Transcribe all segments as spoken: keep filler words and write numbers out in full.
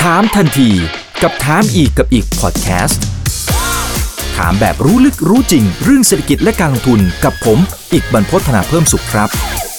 ถามทันทีกับถามอีกกับอีกพอดแคสต์ถามแบบรู้ลึกรู้จริงเรื่องเศรษฐกิจและการลงทุนกับผมอีกบรรพต ธนาเพิ่มสุขครับ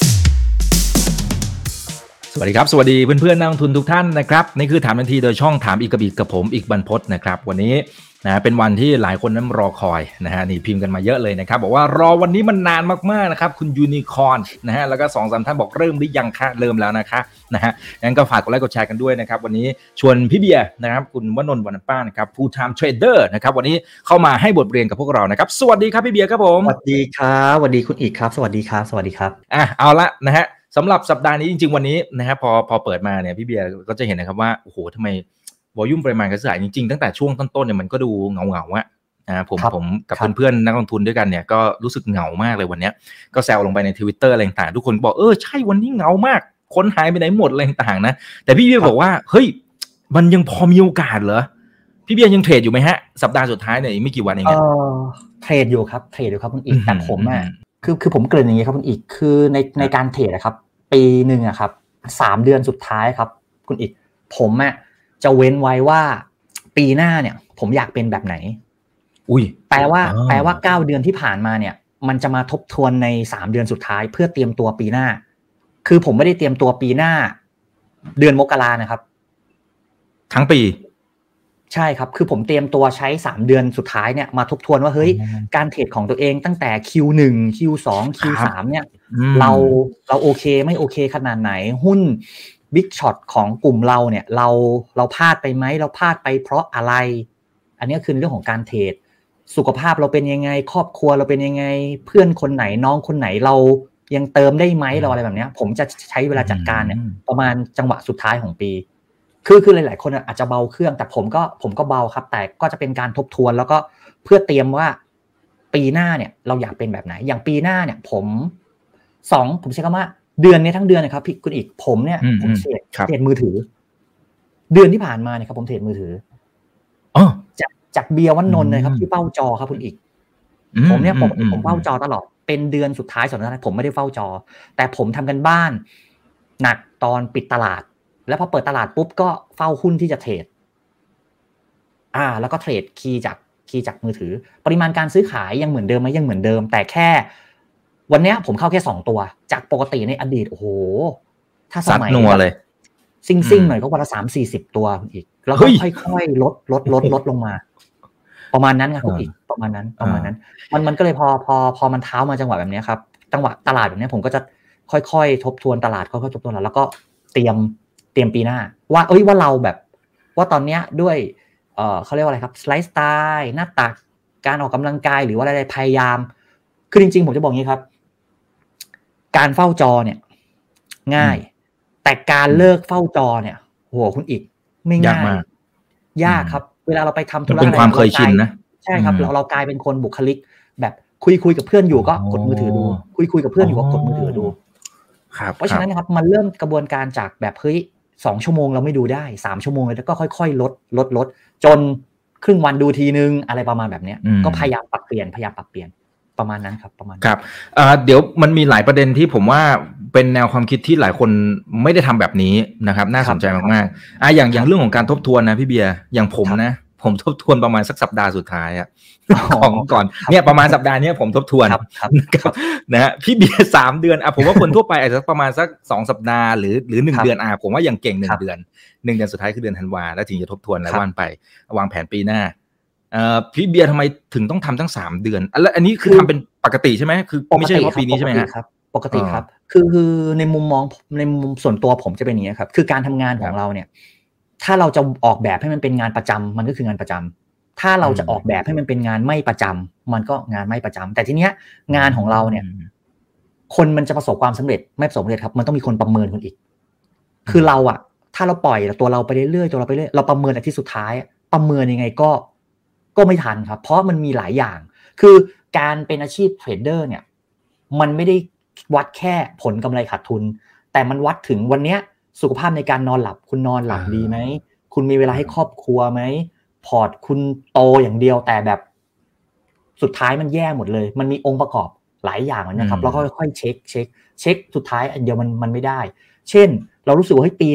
สวัสดีครับสวัสดีเพื่อนๆนักลงทุนทุกท่านนะครับนี่คือถามทันทีโดยช่องถามอีกกับอีกกับผมอีกบรรพตนะครับวันนี้นะเป็นวันที่หลายคนนั้นรอคอยนะฮะนี่พิมพ์กันมาเยอะเลยนะครับบอกว่ารอวันนี้มันนานมากๆนะครับคุณยูนิคอร์นนะฮะแล้วก็ สองสาม ท่านบอกเริ่มหรือยังคะเริ่มแล้วนะคะนะฮะงั้นก็ฝากกดไลค์กดแชร์กันด้วยนะครับวันนี้ชวนพี่เบียร์นะครับคุณวนนท์วรรณป้านะครับ Full Time Trader นะครับวันนี้เข้ามาให้บทเรียนกับพวกเรานะครับสวัสดีครับพี่เบียร์ครับผมสวัสดีครับสวัสดีคุณอีกครับสวัสดีครับสวัสดีครับอ่ะเอาละนะฮะสำหรับสัปดาห์นี้จริงๆวันนี้นะครับพอพอเปิดมาเนี่ยพี่เบียร์ก็จะเห็นนะครับว่าโอ้โหทำไมวอลลุ่มปริมาณการซื้อขายจริงๆตั้งแต่ช่วงต้นๆเนี่ยมันก็ดูเหงาๆอะนะผมผมกับเพื่อนๆนักลงทุนด้วยกันเนี่ยก็รู้สึกเหงามากเลยวันนี้ก็แซวลงไปใน Twitter อะไรต่างๆทุกคนบอกเออใช่วันนี้เหงามากคนหายไปไหนหมดอะไรต่างๆนะแต่พี่เบียร์บอกว่าเฮ้ยมันยังพอมีโอกาสเหรอพี่เบียร์ยังเทรดอยู่ไหมฮะสัปดาห์สุดท้ายเนี่ยไม่กี่วันเองเนี่ยเทรดอยู่ครับเทรดอยู่ครับคุณอีกแต่ผมอ่ะคือคือผมเกริ่นอย่างนี้ครับคุณอีกคือในในการเทรดนะครับปีนึงอะครับสามเดือนสุดท้ายครับคุณอีกผมอ่ะจะเว้นไว้ว่าปีหน้าเนี่ยผมอยากเป็นแบบไหนอุ้ยแปลว่าแปลว่าเก้าเดือนที่ผ่านมาเนี่ยมันจะมาทบทวนในสามเดือนสุดท้ายเพื่อเตรียมตัวปีหน้าคือผมไม่ได้เตรียมตัวปีหน้าเดือนมกรานะครับทั้งปีใช่ครับคือผมเตรียมตัวใช้สามเดือนสุดท้ายเนี่ยมาทบทวนว่าเฮ้ยการเทรดของตัวเองตั้งแต่ คิว หนึ่ง คิว สอง คิว สาม เนี่ยเราเราโอเคไม่โอเคขนาดไหนหุ้นบิ๊กช็อตของกลุ่มเราเนี่ยเราเราพลาดไปไหมเราพลาดไปเพราะอะไรอันนี้คือเรื่องของการเทรดสุขภาพเราเป็นยังไงครอบครัวเราเป็นยังไงเพื่อนคนไหนน้องคนไหนเรายังเติมได้ไหมเราอะไรแบบนี้ผมจะใช้เวลาจัดการเนี่ยประมาณจังหวะสุดท้ายของปีคือคือหลายๆคนอาจจะเบาเครื่องแต่ผมก็ผมก็เบาครับแต่ก็จะเป็นการทบทวนแล้วก็เพื่อเตรียมว่าปีหน้าเนี่ยเราอยากเป็นแบบไหนอย่างปีหน้าเนี่ยผมสองผมใช้คำว่าเดือนนี้ทั้งเดือนนะครับพี่คุณอีกผมเนี่ยผมเทรดเทรดมือถือเดือนที่ผ่านมาเนี่ยครับผมเทรดมือถืออ๋อจากจากเบียร์วันนนท์เลยครับที่เฝ้าจอครับคุณอีกผมเนี่ยผมผมเฝ้าจอตลอดเป็นเดือนสุดท้ายสุดท้ายผมไม่ได้เฝ้าจอแต่ผมทำกันบ้านหนักตอนปิดตลาดแล้วพอเปิดตลาดปุ๊บก็เฝ้าหุ้นที่จะเทรดอ่าแล้วก็เทรดคีย์จากคีย์จากมือถือปริมาณการซื้อขายยังเหมือนเดิมไหมยังเหมือนเดิมแต่แค่วันนี้ผมเข้าแค่สองตัวจากปกติในอดีตโอ้โหถ้าสมัยนัวเลยซิ่งๆหน่อยก็วันละ สามถึงสี่สิบ ตัวอีกแล้วก็ค่อยๆลดลดลดลดลงมาประมาณนั้นครับอีกประมาณนั้นประมาณนั้นมันมันก็เลยพอพอพอมันเท้ามาจังหวะแบบนี้ครับจังหวะตลาดแบบนี้ผมก็จะค่อยๆทบทวนตลาดค่อยๆทบทวนแล้วก็เตรียมเตรียมปีหน้าว่าเอ้ยว่าเราแบบว่าตอนเนี้ยด้วยเอ่อเขาเรียกว่าอะไรครับไลฟ์สไตล์หน้าตาการออกกำลังกายหรือว่าอะไรพยายามคือจริงๆผมจะบอกงี้ครับการเฝ้าจอเนี่ยง่ายแต่การเลิกเฝ้าจอเนี่ยโหคุณอีกไม่ง่ายยากครับเวลาเราไปทำธุระอะไรเป็นความเคยชินนะใช่ครับเราเรากลายเป็นคนบุคลิกแบบคุยคุยกับเพื่อนอยู่ก็กดมือถือดูคุยคุยกับเพื่อนอยู่ก็กดมือถือดูเพราะฉะนั้นนะครับมันเริ่มกระบวนการจากแบบเฮ้ยสองชั่วโมงเราไม่ดูได้สามชั่วโมงแล้วก็ค่อยๆลดลดลดจนครึ่งวันดูทีนึงอะไรประมาณแบบนี้ก็พยายามปรับเปลี่ยนพยายามปรับเปลี่ยนประมาณนั้นครับประมาณครับเดี๋ยวมันมีหลายประเด็นที่ผมว่าเป็นแนวความคิดที่หลายคนไม่ได้ทำแบบนี้นะครับน่าสนใจมากๆอ่ะอย่างอย่างเรื่องของการทบทวนนะพี่เบียร์อย่างผมนะผมทบทวนประมาณสักสัปดาห์สุดท้ายอะของก่อนเนี่ยประมาณสัปดาห์นี้ผมทบทวนนะครับนะฮะพี่เบียร์สามเดือนอ่ะผมว่าคนทั่วไปอาจจะประมาณสักสองสัปดาห์หรือหรือหนึ่งเดือนอ่ะผมว่าอย่างเก่งหนึ่งเดือนหนึ่งเดือนสุดท้ายคือเดือนธันวาแล้วถึงจะทบทวนรายวันไปวางแผนปีหน้าเอ่อพี่เบียร์ทำไมถึงต้องทำทั้งสามเดือนแล้วอันนี้คือทำเป็นปกติใช่ไหมคือไม่ใช่ว่าปีนี้ใช่ไหมครับปกติครับคือคือในมุมมองในมุมส่วนตัวผมจะเป็นอย่างนี้ครับคือการทำงานของเราเนี่ยถ้าเราจะออกแบบให้มันเป็นงานประจำมันก็คืองานประจำถ้าเราจะออกแบบให้มันเป็นงานไม่ประจำมันก็งานไม่ประจำแต่ทีเนี้ยงานของเราเนี่ยคนมันจะประสบความสำเร็จไม่ประสบความสำเร็จครับมันต้องมีคนประเมินคนอีกคือเราอะถ้าเราปล่อยตัวเราไปเรื่อยๆตัวเราไปเรื่อยเราประเมินอาทิตย์สุดท้ายประเมินยังไงก็ก็ไม่ทันครับเพราะมันมีหลายอย่างคือการเป็นอาชีพเทรดเดอร์เนี่ยมันไม่ได้วัดแค่ผลกำไรขาดทุนแต่มันวัดถึงวันเนี้ยสุขภาพในการนอนหลับคุณนอนหลับดีไหมคุณมีเวลาให้ครอบครัวไหมพอร์ตคุณโตอย่างเดียวแต่แบบสุดท้ายมันแย่หมดเลยมันมีองค์ประกอบหลายอย่างนะครับแล้วก็ค่อยๆเช็คเช็คเช็คสุดท้ายอันเดียวมันมันไม่ได้เช่นเรารู้สึกว่าเฮ้ยปีเนี้ย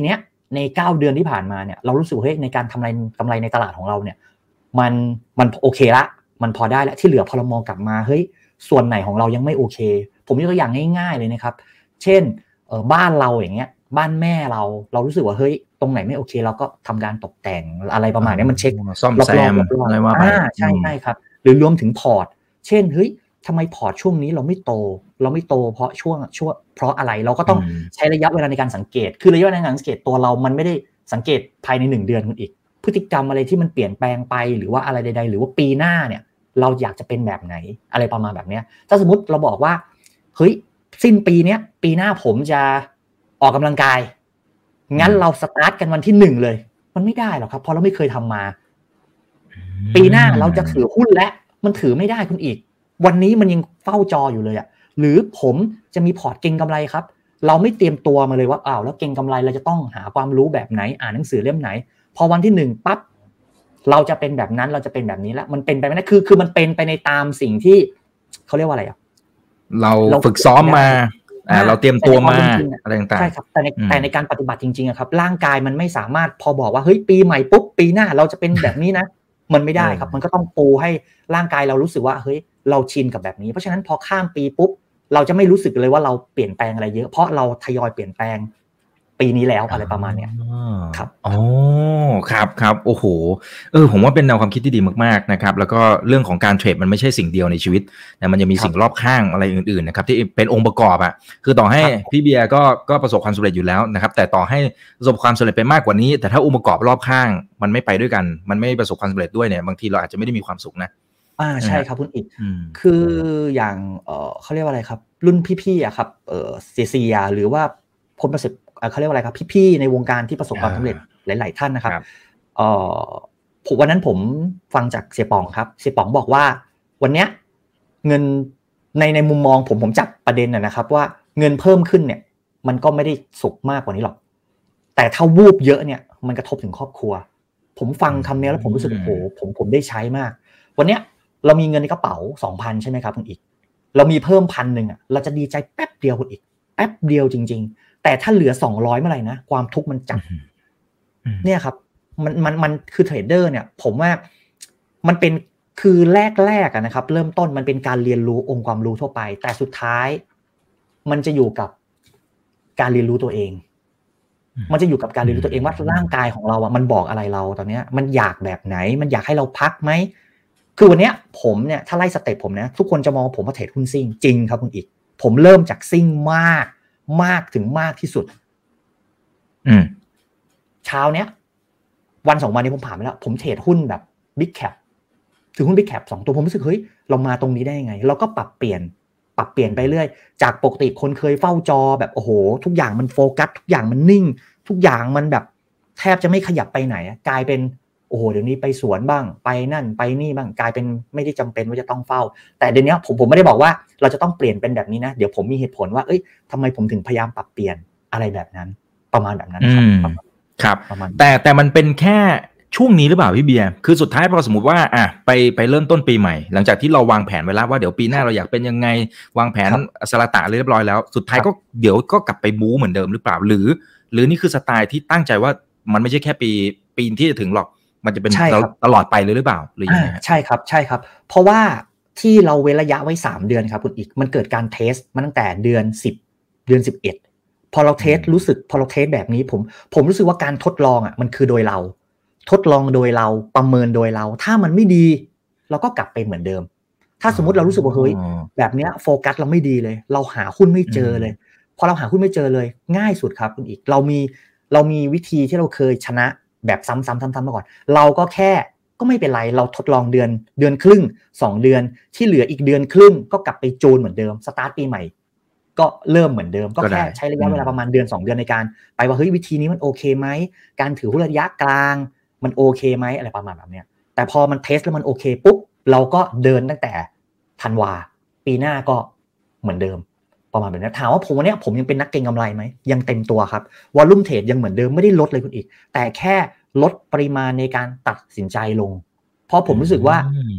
ในเก้าเดือนที่ผ่านมาเนี่ยเรารู้สึกเฮ้ยในการทำไรกำไรในตลาดของเราเนี่ยมันมันโอเคละมันพอได้แล้วที่เหลือพอเรามองกลับมาเฮ้ยส่วนไหนของเรายังไม่โอเคผมยกตัวอย่างง่ายๆเลยนะครับเช่นเออบ้านเราอย่างเงี้ยบ้านแม่เราเรารู้สึกว่าเฮ้ยตรงไหนไม่โอเคเราก็ทำการตกแต่งอะไรประมาณนี้มันเช็คซ่อมแซมอะไรว่าไปใช่ใช่ครับหรือรวมถึงพอร์ตเช่นเฮ้ยทำไมพอร์ตช่วงนี้เราไม่โตเราไม่โตเพราะช่วงช่วงเพราะอะไรเราก็ต้องใช้ระยะเวลาในการสังเกตคือระยะเวลาในการสังเกตตัวเรามันไม่ได้สังเกตภายในหนึ่งเดือนคุณอีกพฤติกรรมอะไรที่มันเปลี่ยนแปลงไปหรือว่าอะไรใดๆหรือว่าปีหน้าเนี่ยเราอยากจะเป็นแบบไหนอะไรประมาณแบบนี้ถ้าสมมติเราบอกว่าเฮ้ยสิ้นปีเนี้ยปีหน้าผมจะออกกำลังกายงั้นเราสตาร์ทกันวันที่หนึ่งเลยมันไม่ได้หรอกครับเพราะเราไม่เคยทำมาปีหน้าเราจะถือหุ้นและมันถือไม่ได้คุณอีกวันนี้มันยังเฝ้าจออยู่เลยอ่ะหรือผมจะมีพอร์ตเก็งกำไรครับเราไม่เตรียมตัวมาเลยว่าอ้าวแล้วเก็งกำไรเราจะต้องหาความรู้แบบไหนอ่านหนังสือเล่มไหนพอวันที่หนึ่งปั๊บเราจะเป็นแบบนั้นเราจะเป็นแบบนี้แล้วมันเป็นไปไม่ได้คือคือมันเป็นไปในตามสิ่งที่เขาเรียกว่าอะไรอ่ะเราฝึกซ้อมมาอ่าเราเตรียมตัวมาอะไรต่างๆใช่ครับแต่ในแต่ในการปฏิบัติจริงๆครับร่างกายมันไม่สามารถพอบอกว่าเฮ้ยปีใหม่ปุ๊บปีหน้าเราจะเป็นแบบนี้นะมันไม่ได้ครับมันก็ต้องปูให้ร่างกายเรารู้สึกว่าเฮ้ยเราชินกับแบบนี้เพราะฉะนั้นพอข้ามปีปุ๊บเราจะไม่รู้สึกเลยว่าเราเปลี่ยนแปลงอะไรเยอะเพราะเราทยอยเปลี่ยนแปลงปีนี้แล้วอะไรประมาณเนี้ยครับอ๋อครับครับโอ้โหเออผมว่าเป็นแนวความคิดที่ดีมากๆนะครับแล้วก็เรื่องของการเทรดมันไม่ใช่สิ่งเดียวในชีวิตนะมันจะมีสิ่งรอบข้างอะไรอื่นๆนะครับที่เป็นองค์ประกอบอ่ะคือต่อให้พี่เบียร์ก็ก็ประสบความสำเร็จอยู่แล้วนะครับแต่ต่อให้ประสบความสำเร็จไปมากกว่านี้แต่ถ้าองค์ประกอบรอบข้างมันไม่ไปด้วยกันมันไม่ประสบความสำเร็จด้วยเนี่ยบางทีเราอาจจะไม่ได้มีความสุขนะอ่าใช่ครับคุณอีกคืออย่างเออเขาเรียกว่าอะไรครับรุ่นพี่ๆอ่ะครับเออเซียเซียหรือว่าคนประสบเขาเรียกว่าอะไรครับพี่ๆในวงการที่ประสบความสำเร็จหลายๆท่านนะครับเออผมวันนั้นผมฟังจากเสียป๋องครับเสียป๋องบอกว่าวันเนี้ยเงินในในมุมมองผมผมจับประเด็นนะครับว่าเงินเพิ่มขึ้นเนี่ยมันก็ไม่ได้สุขมากกว่านี้หรอกแต่ถ้าวูบเยอะเนี่ยมันกระทบถึงครอบครัวผมฟังคำนี้แล้วผมรู้สึกโอ้โหผมผมได้ใช้มากวันเนี้ยเรามีเงินในกระเป๋า สองพัน ใช่ไหมครับคุณอีกเรามีเพิ่ม หนึ่งพัน นึงอ่ะเราจะดีใจแป๊บเดียวคุณอีกแป๊บเดียวจริงๆแต่ถ้าเหลือสองร้อยเมื่อไหร่นะความทุกข์มันจับเนี่ยครับมันมันมันคือเทรดเดอร์เนี่ยผมว่ามันเป็นคือแรกๆอ่ะนะครับเริ่มต้นมันเป็นการเรียนรู้องค์ความรู้ทั่วไปแต่สุดท้ายมันจะอยู่กับการเรียนรู้ตัวเองมันจะอยู่กับการเรียนรู้ตัวเองว่าร่างกายของเราอ่ะมันบอกอะไรเราตอนนี้มันอยากแบบไหนมันอยากให้เราพักไหมคือวันนี้ผมเนี่ยถ้าไล่สเต็ปผมนะทุกคนจะมองผมว่าเทรดหุ้นซิ่งจริงครับคุณอีกผมเริ่มจากซิ่งมากมากถึงมากที่สุดอืมเช้าเนี้ยวันสองวันนี้ผมผ่านไปแล้วผมเทรดหุ้นแบบบิ๊กแคปถือหุ้นบิ๊กแคปสองตัวผมรู้สึกเฮ้ยเรามาตรงนี้ได้ยังไงเราก็ปรับเปลี่ยนปรับเปลี่ยนไปเรื่อยจากปกติคนเคยเฝ้าจอแบบโอ้โหทุกอย่างมันโฟกัสทุกอย่างมันนิ่งทุกอย่างมันแบบแทบจะไม่ขยับไปไหนกลายเป็นโอ้โหเดี๋ยวนี้ไปสวนบ้างไปนั่นไปนี่บ้างกลายเป็นไม่ได้จำเป็นว่าจะต้องเฝ้าแต่เดี๋ยวนี้ผมผมไม่ได้บอกว่าเราจะต้องเปลี่ยนเป็นแบบนี้นะเดี๋ยวผมมีเหตุผลว่าเอ้ยทำไมผมถึงพยายามปรับเปลี่ยนอะไรแบบนั้นประมาณแบบนั้นครับครับแต่แต่มันเป็นแค่ช่วงนี้หรือเปล่าพี่เบียร์คือสุดท้ายพอสมมติว่าอ่ะไปไปเริ่มต้นปีใหม่หลังจากที่เราวางแผนไว้แล้วว่าเดี๋ยวปีหน้าเราอยากเป็นยังไงวางแผนสลาตะเรียบร้อยแล้วสุดท้ายก็เดี๋ยวก็กลับไปบู๊เหมือนเดิมหรือเปล่าหรือหรือนี่คือสไตล์ที่ตั้งใจว่ามันไม่ใช่แค่ปีปีที่จะถึงหรอกมันจะเป็นตลอดไปเลยหรือเปล่าหรือยังไงใช่ครับใช่ครับเพราะว่าที่เราเว้นระยะไว้สามเดือนครับคุณอีกมันเกิดการเทสมาตั้งแต่เดือนสิบเดือนสิบเอ็ดพอเราเทสรู้สึกพอเราเทสแบบนี้ผมผมรู้สึกว่าการทดลองอ่ะมันคือโดยเราทดลองโดยเราประเมินโดยเราถ้ามันไม่ดีเราก็กลับไปเหมือนเดิมถ้าสมมติเรารู้สึกว่าเฮ้ยแบบนี้โฟกัสเราไม่ดีเลยเราหาหุ้นไม่เจอเลยพอเราหาหุ้นไม่เจอเลยง่ายสุดครับคุณอีกเรามีเรามีวิธีที่เราเคยชนะแบบซ้ำๆๆๆมาก่อนเราก็แค่ก็ไม่เป็นไรเราทดลองเดือนเดือนครึ่งสองเดือนที่เหลืออีกเดือนครึ่งก็กลับไปจูนเหมือนเดิมสตาร์ทปีใหม่ก็เริ่มเหมือนเดิมก็แค่ใช้ระยะเวลาประมาณเดือนสองเดือนในการไปว่าเฮ้ยวิธีนี้มันโอเคไหมการถือหุ้นระยะกลางมันโอเคไหมอะไรประมาณแบบนี้แต่พอมันเทสแล้วมันโอเคปุ๊บเราก็เดินตั้งแต่ธันวาปีหน้าก็เหมือนเดิมประมาณแบบนี้ถามว่าผมวันนี้ผมยังเป็นนักเก็งกำไรไหมยังเต็มตัวครับวอลลุ่มเทรดยังเหมือนเดิมไม่ได้ลดเลยคุณอีกแต่แค่ลดปริมาณในการตัดสินใจลงเพราะผมรู้สึกว่า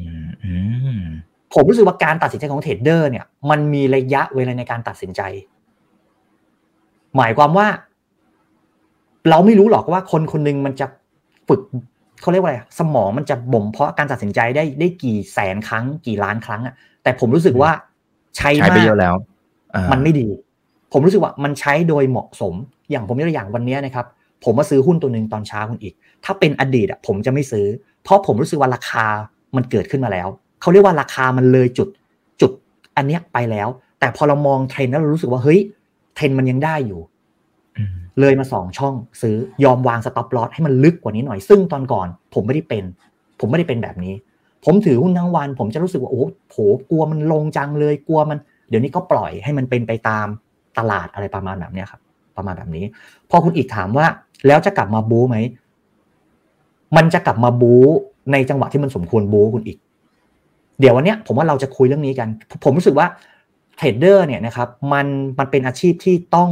ผมรู้สึกว่าการตัดสินใจของเทรดเดอร์เนี่ยมันมีระยะเวลาในการตัดสินใจหมายความว่าเราไม่รู้หรอกว่าคนคนนึงมันจะฝึกเขาเรียกว่าอะไรสมองมันจะบ่มเพาะการตัดสินใจได้ได้กี่แสนครั้งกี่ล้านครั้งอ่ะแต่ผมรู้สึกว่าใช้มากใช้ไปเยอะแล้วมันไม่ดีผมรู้สึกว่ามันใช้โดยเหมาะสมอย่างผมยกตัวอย่างวันนี้นะครับผมมาซื้อหุ้นตัวนึงตอนเช้าคุณอีกถ้าเป็นอดีตอ่ะผมจะไม่ซื้อเพราะผมรู้สึกว่าราคามันเกิดขึ้นมาแล้วเขาเรียกว่าราคามันเลยจุดจุดอันเนี้ยไปแล้วแต่พอเรามองเทรนด์แล้วเรารู้สึกว่าเฮ้ยเทรนด์มันยังได้อยู่เลยมาสองช่องซื้อยอมวางสต็อปลอสให้มันลึกกว่านี้หน่อยซึ่งตอนก่อนผมไม่ได้เป็นผมไม่ได้เป็นแบบนี้ผมถือหุ้นทั้งวันผมจะรู้สึกว่าโอ้โหกลัวมันลงจังเลยกลัวมันเดี๋ยวนี้ก็ปล่อยให้มันเป็นไปตามตลาดอะไรประมาณแบบนี้ครับประมาณแบบนี้พอคุณอีกถามว่าแล้วจะกลับมาบู๊ไหมมันจะกลับมาบู๊ในจังหวะที่มันสมควรบู๊คุณอีกเดี๋ยววันนี้ผมว่าเราจะคุยเรื่องนี้กันผมรู้สึกว่าเทรดเดอร์เนี่ยนะครับมันมันเป็นอาชีพที่ต้อง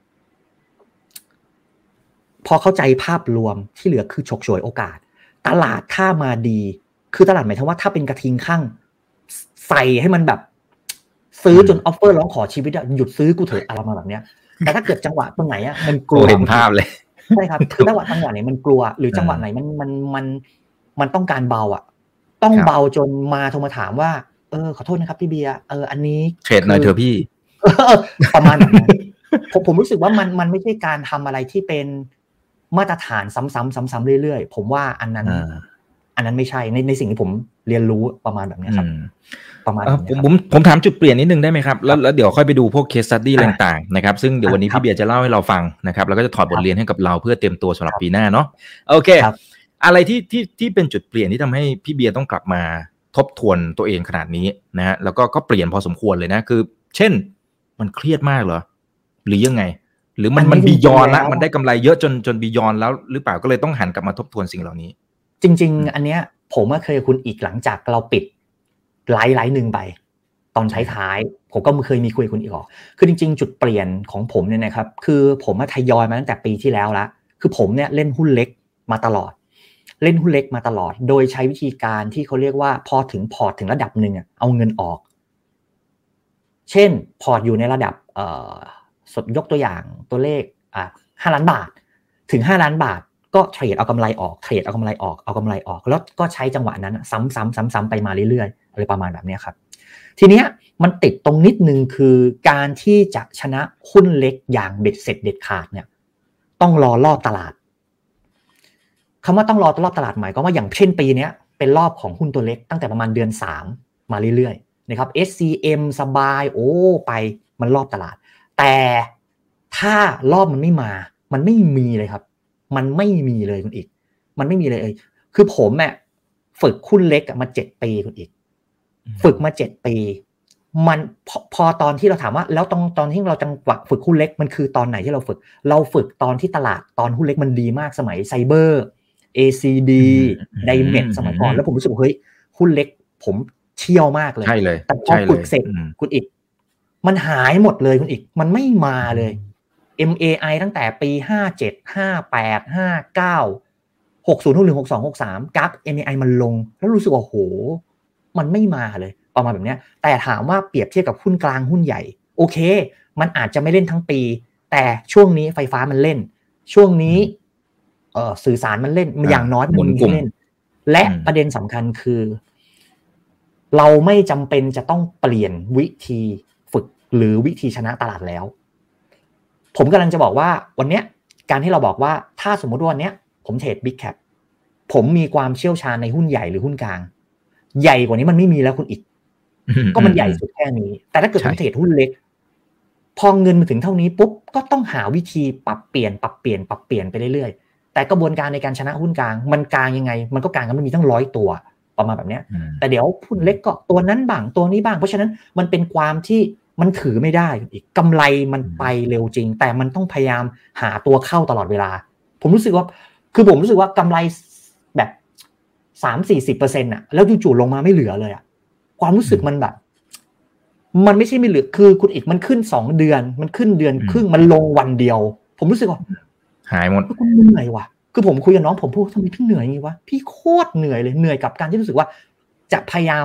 พอเข้าใจภาพรวมที่เหลือคือฉกฉวยโอกาสตลาดถ้ามาดีคือตลาดหมายถึงว่าถ้าเป็นกระทิงข้างใส่ให้มันแบบซื้อจนออฟเฟอร์ร้องขอชีวิตอะหยุดซื้อกูเถอะอะไรมาแบบเนี้ยแต่ถ้าเกิดจังหวะตรงไหนอะมันกลัวเห็นภาพเลยใช่ครับคือจังหวะจังหวะไหนมันกลัวหรือจังหวะไหนมันมันมันมันต้องการเบาอะต้องเบาจนมาโทรมาถามว่าเออขอโทษนะครับพี่เบียร์เอออันนี้เทรดหน่อยเถอะพี่ประมาณนั้นผมผมรู้สึกว่ามันมันไม่ใช่การทำอะไรที่เป็นมาตรฐานซ้ำๆซ้ำๆเรื่อยๆผมว่าอันนั้นอันนั้นไม่ใช่ในในสิ่งที่ผมเรียนรู้ประมาณแบบนี้ครับประมาณนี้ผมผมผมถามจุดเปลี่ยนนิดนึงได้ไหมครับแล้วแล้วเดี๋ยวค่อยไปดูพวก case study ต่างๆนะครับซึ่งเดี๋ยววันนี้พี่เบียร์จะเล่าให้เราฟังนะครับแล้วก็จะถอดบทเรียนให้กับเราเพื่อเตรียมตัวสำหรับปีหน้าเนาะโอเคอะไรที่ที่ที่เป็นจุดเปลี่ยนที่ทำให้พี่เบียร์ต้องกลับมาทบทวนตัวเองขนาดนี้นะฮะแล้วก็ก็เปลี่ยนพอสมควรเลยนะคือเช่นมันเครียดมากเหรอหรือยังไงหรือมันมันบียอนแล้วมันได้กำไรเยอะจนจนบียอนแล้วหรือเปล่าก็เลยต้องหันกลับมาทบทวนสิ่งเหล่านี้จริงๆอันเนี้ยผมเคยคุณอีกหลังจากเราปิดไลฟ์ไลฟ์หนึ่งไปตอนท้ายๆผมก็เคยมีคุยคุณอีกอ๋อคือจริงๆจุดเปลี่ยนของผมเนี่ยนะครับคือผมทยอยมาตั้งแต่ปีที่แล้วละคือผมเนี่ยเล่นหุ้นเล็กมาตลอดเล่นหุ้นเล็กมาตลอดโดยใช้วิธีการที่เขาเรียกว่าพอถึงพอร์ตถึงระดับหนึ่งเอาเงินออกเช่นพอร์ตอยู่ในระดับเอ่อสดยกตัวอย่างตัวเลขอ่ะห้าล้านบาทถึงห้าล้านบาทก็เทรดเอากำไรออกเทรดเอากำไรออกเอากำไรออกแล้วก็ใช้จังหวะนั้นซ้ำๆซ้ำๆไปมาเรื่อยๆอะไรประมาณแบบนี้ครับทีเนี้ยมันติดตรงนิดนึงคือการที่จะชนะหุ้นเล็กอย่างเบ็ดเสร็จเด็ดขาดเนี่ยต้องรอรอบตลาดคำว่าต้องรอรอบตลาดหมายก็ว่าอย่างเช่นปีนี้เป็นรอบของหุ้นตัวเล็กตั้งแต่ประมาณเดือนสามมาเรื่อยๆนะครับ เอส ซี เอ็ม สบายโอ้ไปมันรอบตลาดแต่ถ้ารอบมันไม่มามันไม่มีเลยครับมันไม่มีเลยคุณอีกมันไม่มีเลยคือผมอ่ะฝึกหุ้นเล็กมาเจ็ดปีคุณอีกฝึกมาเจ็ดปีมันพอพอตอนที่เราถามว่าแล้วตอนตอนที่เราจังหวะฝึกหุ้นเล็กมันคือตอนไหนที่เราฝึกเราฝึกตอนที่ตลาดตอนหุ้นเล็กมันดีมากสมัยไซเบอร์ เอ ซี ดี Dimet สมัยก่อนแล้วผมรู้สึกเฮ้ยหุ้นเล็กผมเชี่ยวมากเลยใช่เลยแต่พอฝึกเสร็จคุณอีกมันหายหมดเลยคุณอีกมันไม่มาเลย เอ็ม เอ ไอ ตั้งแต่ปีห้าเจ็ด ห้าแปด ห้าเก้า หกสิบ หกสิบเอ็ด หกสิบสอง หกสิบสามกราฟ เอ็ม เอ ไอ มันลงแล้วรู้สึกว่าโหมันไม่มาเลยประมาณแบบนี้แต่ถามว่าเปรียบเทียบกับหุ้นกลางหุ้นใหญ่โอเคมันอาจจะไม่เล่นทั้งปีแต่ช่วงนี้ไฟฟ้ามันเล่นช่วงนี้เอ่อสื่อสารมันเล่นอย่างน้อยมันมีเล่นและประเด็นสำคัญคือเราไม่จำเป็นจะต้องเปลี่ยนวิธีฝึกหรือวิธีชนะตลาดแล้วผมกำลังจะบอกว่าวันเนี้ยการที่เราบอกว่าถ้าสมมติว่าวันเนี้ยผมเทรด Big Cap ผมมีความเชี่ยวชาญในหุ้นใหญ่หรือหุ้นกลางใหญ่กว่านี้มันไม่มีแล้วคุณอีกก็มันใหญ่สุดแค่นี้แต่ถ้าเกิดผมเทรดหุ้นเล็กพอเงินมาถึงเท่านี้ปุ๊บก็ต้องหาวิธีปรับเปลี่ยนปรับเปลี่ยนปรับเปลี่ยนไปเรื่อยๆแต่กระบวนการในการชนะหุ้นกลางมันกลางยังไงมันก็กลางกันมันมีตั้งร้อยตัวประมาณแบบนี้แต่เดี๋ยวหุ้นเล็กก็ตัวนั้นบ้างตัวนี้บ้างเพราะฉะนั้นมันเป็นความที่มันถือไม่ได้อีกกำไรมันไปเร็วจริงแต่มันต้องพยายามหาตัวเข้าตลอดเวลาผมรู้สึกว่าคือผมรู้สึกว่ากำไรแบบ สามถึงสี่สิบเปอร์เซ็นต์ อ่ะแล้วจู่ๆลงมาไม่เหลือเลยอ่ะความรู้สึกมันแบบมันไม่ใช่ไม่เหลือคือคุณอีกมันขึ้นสองเดือนมันขึ้นเดือนครึ่งมันลงวันเดียวผมรู้สึกว่าหายหมดคุณเหนื่อยว่ะคือผมคุยกับน้องผมพูดทำไมพี่เหนื่อยอย่างนี้วะพี่โคตรเหนื่อยเลยเหนื่อยกับการที่รู้สึกว่าจะพยายาม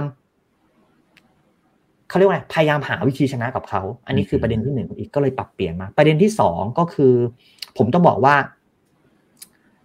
เขาเรียกว่าพยายามหาวิธีชนะกับเขาอันนี้คือประเด็นที่หนึ่งอีกก็เลยปรับเปลี่ยนมาประเด็นที่สองก็คือผมต้องบอกว่า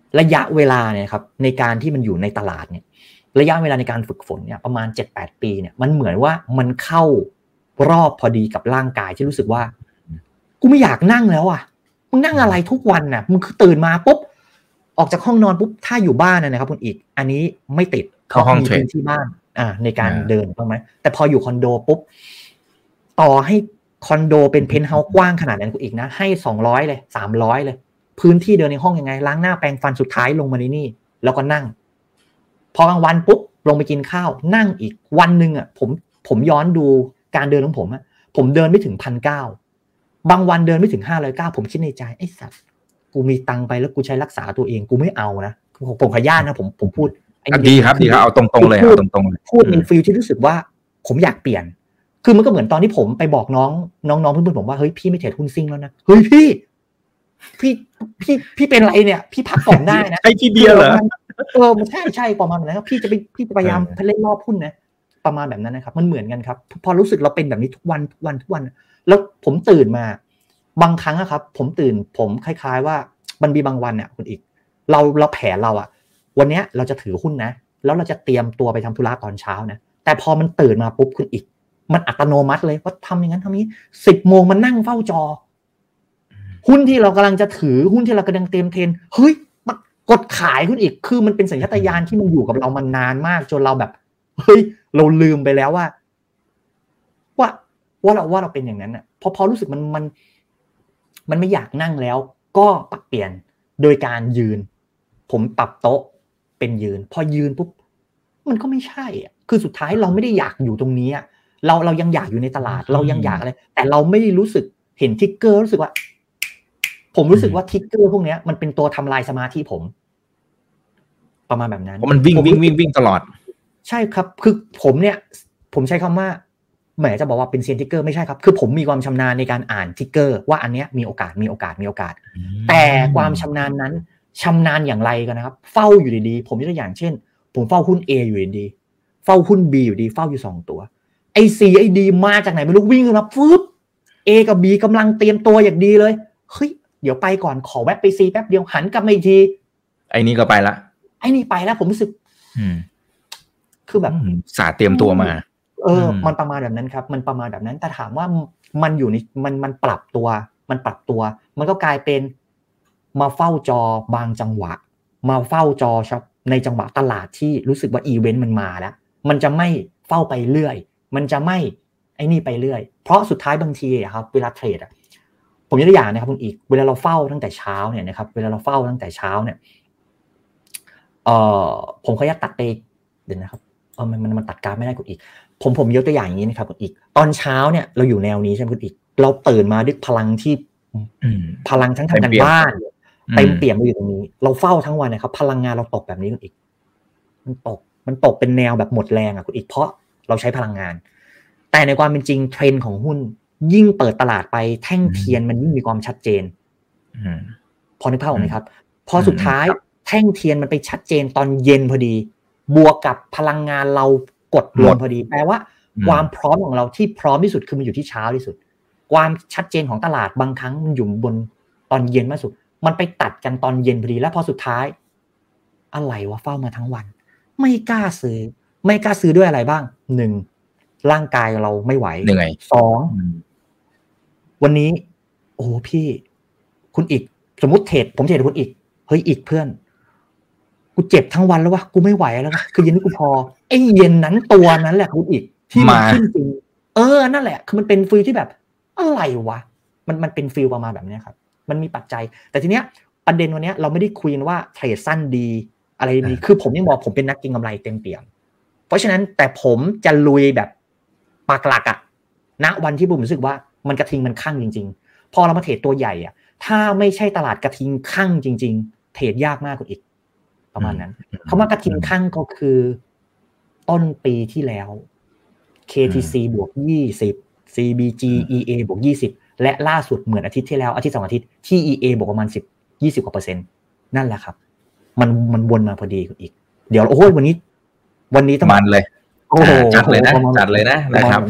ระยะเวลาเนี่ยครับในการที่มันอยู่ในตลาดเนี่ยระยะเวลาในการฝึกฝนเนี่ยประมาณ เจ็ดแปด ปีเนี่ยมันเหมือนว่ามันเข้ารอบพอดีกับร่างกายที่รู้สึกว่ากูไม่อยากนั่งแล้วอ่ะมึงนั่งอะไรทุกวันน่ะมึงคือตื่นมาปุ๊บออกจากห้องนอนปุ๊บถ้าอยู่บ้านนะครับคุณอีกอันนี้ไม่ติดเขามีพื้นที่บ้านอ่าในการเดินถูกไหมแต่พออยู่คอนโดปุ๊บต่อให้คอนโดเป็นเพนท์เฮาส์กว้างขนาดนั้นกูอีกนะให้สองร้อยเลยสามร้อยเลยพื้นที่เดินในห้องยังไงล้างหน้าแปรงฟันสุดท้ายลงมาในนี่แล้วก็นั่งพอกลางวันปุ๊บลงไปกินข้าวนั่งอีกวันนึงอ่ะผมผมย้อนดูการเดินของผมอ่ะผมเดินไม่ถึง หนึ่งพันเก้าร้อย บางวันเดินไม่ถึงห้าร้อยเก้าผมคิดในใจไอ้สัตว์กูมีตังค์ไปแล้วกูใช้รักษาตัวเองกูไม่เอานะผมขออนุญาตนะผมผมพูดดีครับดีครับเอาตรงๆเลยเอาตรงๆเลยพูดเป็นฟีลที่รู้สึกว่าผมอยากเปลี่ยนคือมันก็เหมือนตอนที่ผมไปบอกน้องน้องๆเพื่อนๆผมว่าเฮ้ยพี่ไม่เทรดหุ้นซิ่งแล้วนะเฮ้ยพี่พี่พี่พี่เป็นไรเนี่ยพี่พักก่อนได้นะไอ้พี่เบียร์เหรอเออมันใช่ใช่ประมาณนั้นครับพี่จะไปพี่จะพยายามเล่นรอบหุ้นนะประมาณแบบนั้นนะครับมันเหมือนกันครับพอรู้สึกเราเป็นแบบนี้ทุกวันทุกวันทุกวันแล้วผมตื่นมาบางครั้งอะครับผมตื่นผมคล้ายๆว่ามันมีบางวันเนี่ยคุณอีกเราเราแผนเราอะวันนี้เราจะถือหุ้นนะแล้วเราจะเตรียมตัวไปทำธุระตอนเช้านะแต่พอมันตื่นมาปุ๊บคุณอีกมันอัตโนมัติเลยว่าทำอย่างนั้นทำนี้สิบโมงมันนั่งเฝ้าจอหุ้นที่เรากำลังจะถือหุ้นที่เรากำลังเตรียมเทรนเฮ้ยมันกดขายคุณอีกคือมันเป็นสัญชาตญาณที่มันอยู่กับเรามานานมากจนเราแบบเฮ้ยเราลืมไปแล้วว่าว่าว่าเราว่าเราเป็นอย่างนั้นอ่ะพอพอรู้สึกมันมันมันไม่อยากนั่งแล้วก็ปรับเปลี่ยนโดยการยืนผมปรับโต๊ะเป็นยืนพอยืนปุ๊บมันก็ไม่ใช่อ่ะคือสุดท้ายเราไม่ได้อยากอยู่ตรงนี้อ่ะเราเรายังอยากอยู่ในตลาดเรายังอยากอะไรแต่เราไม่ได้รู้สึกเห็นทิกเกอร์รู้สึกว่าผมรู้สึกว่าทิกเกอร์พวกนี้มันเป็นตัวทำลายสมาธิผมประมาณแบบนั้นเพราะมันวิ่งวิ่งวิ่งวิ่งตลอดใช่ครับคือผมเนี่ยผมใช้คำว่าแหมจะบอกว่าเป็นเซียนทิกเกอร์ไม่ใช่ครับคือผมมีความชำนาญในการอ่านทิกเกอร์ว่าอันเนี้ยมีโอกาสมีโอกาสมีโอกาสแต่ความชำนาญนั้นชำนาญอย่างไรกันนะครับเฝ้าอยู่ดีๆผมยกตัวอย่างเช่นผมเฝ้าหุ้น A อยู่ดีๆเฝ้าหุ้น B อยู่ดีเฝ้าอยู่สองตัวไอ้ C ไอ้ D มาจากไหนไม่รู้วิ่งขึ้นมาฟึบ A กับ B กำลังเตรียมตัวอย่างดีเลยเฮ้ยเดี๋ยวไปก่อนขอแวะไป C แป๊บเดียวหันกลับมาอีกทีไอ้นี่ก็ไปละไอ้นี่ไปแล้วผมรู้สึกคือแบบสาเตรียมตัวมาเออมันประมาณแบบนั้นครับมันประมาณแบบนั้นแต่ถามว่ามันอยู่ในมันมันปรับตัวมันปรับตัวมันก็กลายเป็นมาเฝ้าจอบางจังหวะมาเฝ้าจอครับในจังหวะตลาดที่รู้สึกว่าอีเวนต์มันมาแล้วมันจะไม่เฝ้าไปเรื่อยมันจะไม่ไอ้นี่ไปเรื่อยเพราะสุดท้ายบางทีอะครับเวลาเทรดอะผมยกตัวอย่างนะครับคุณอีกเวลาเราเฝ้าตั้งแต่เช้าเนี่ยนะครับเวลาเราเฝ้าตั้งแต่เช้าเนี่ยเอ่อผมขออนุญาตตัดไปเดี๋ยวนะครับเออมันมันมันตัดการไม่ได้คุณอีกผมผมยกตัวอย่างอย่างนี้นะครับคุณอีกตอนเช้าเนี่ยเราอยู่แนวนี้ใช่ไหมคุณอีกเราตื่นมาด้วยพลังที่พลังทั้งทำการบ้านเต็มเปี่ยมอยู่ตรงนี้เราเฝ้าทั้งวันนะครับพลังงานเราตกแบบนี้คุณอีกมันตกมันตกเป็นแนวแบบหมดแรงอ่ะคุณอีกเพราะเราใช้พลังงานแต่ในความเป็นจริงเทรนด์ของหุ้นยิ่งเปิดตลาดไปแท่งเทียนมันยิ่งมีความชัดเจนพอนึกภาพออกไหมครับพอสุดท้ายแท่งเทียนมันไปชัดเจนตอนเย็นพอดีบวกกับพลังงานเรากดลงพอดีแปลว่าความพร้อมของเราที่พร้อมที่สุดคือมันอยู่ที่เช้าที่สุดความชัดเจนของตลาดบางครั้งมันอยู่บนตอนเย็นมากสุดมันไปตัดกันตอนเย็นพอดีแล้วพอสุดท้ายอะไรวะเฝ้ามาทั้งวันไม่กล้าซื้อไม่กล้าซื้อด้วยอะไรบ้างหนึ่งร่างกายเราไม่ไหวสองวันนี้โอ้พี่คุณอีกสมมุติเทรดผมเทรดคุณอีกเฮ้ยอีกเพื่อนกูเจ็บทั้งวันแล้ววะกูไม่ไหวแล้วนะคือเย็นนี้กูพอไอ้เย็นนั้นตัวนั้นแหละคุณอีกที่มันขึ้นจริงเออนั่นแหละคือมันเป็นฟีลที่แบบอะไรวะมันมันเป็นฟีลประมาณแบบนี้ครับมันมีปัจจัยแต่ทีเนี้ยประเด็นวันนี้เราไม่ได้คุยกันว่าเทรดสั้นดีอะไรดีคือผมยังบอกผมเป็นนักเก็งกำไรเต็มเปี่ยมเพราะฉะนั้นแต่ผมจะลุยแบบปากหลักอะณวันที่ผมรู้สึกว่ามันกระทิงมันคั่งจริงๆพอเรามาเทรดตัวใหญ่อะถ้าไม่ใช่ตลาดกระทิงคั่งจริงๆเทรดยากมากกว่าอีกประมาณนั้นคำว่ากระทิงคั่งก็คือต้นปีที่แล้ว เค ที ซี บวกยี่สิบ ซี บี จี อี เอ บวกยี่สิบและล่าสุดเหมือนอาทิตย์ที่แล้วอาทิตย์สองอาทิตย์ที่ อี เอ บวกประมาณสิบ ยี่สิบกว่าเปอร์เซ็นต์นั่นแหละครับมันมันวนมาพอดีอีกเดี๋ยวโอ้ยวันนี้วันนี้ต้องมันเลยโอ้โหจัดเลยนะจัดเลยนะนะครับ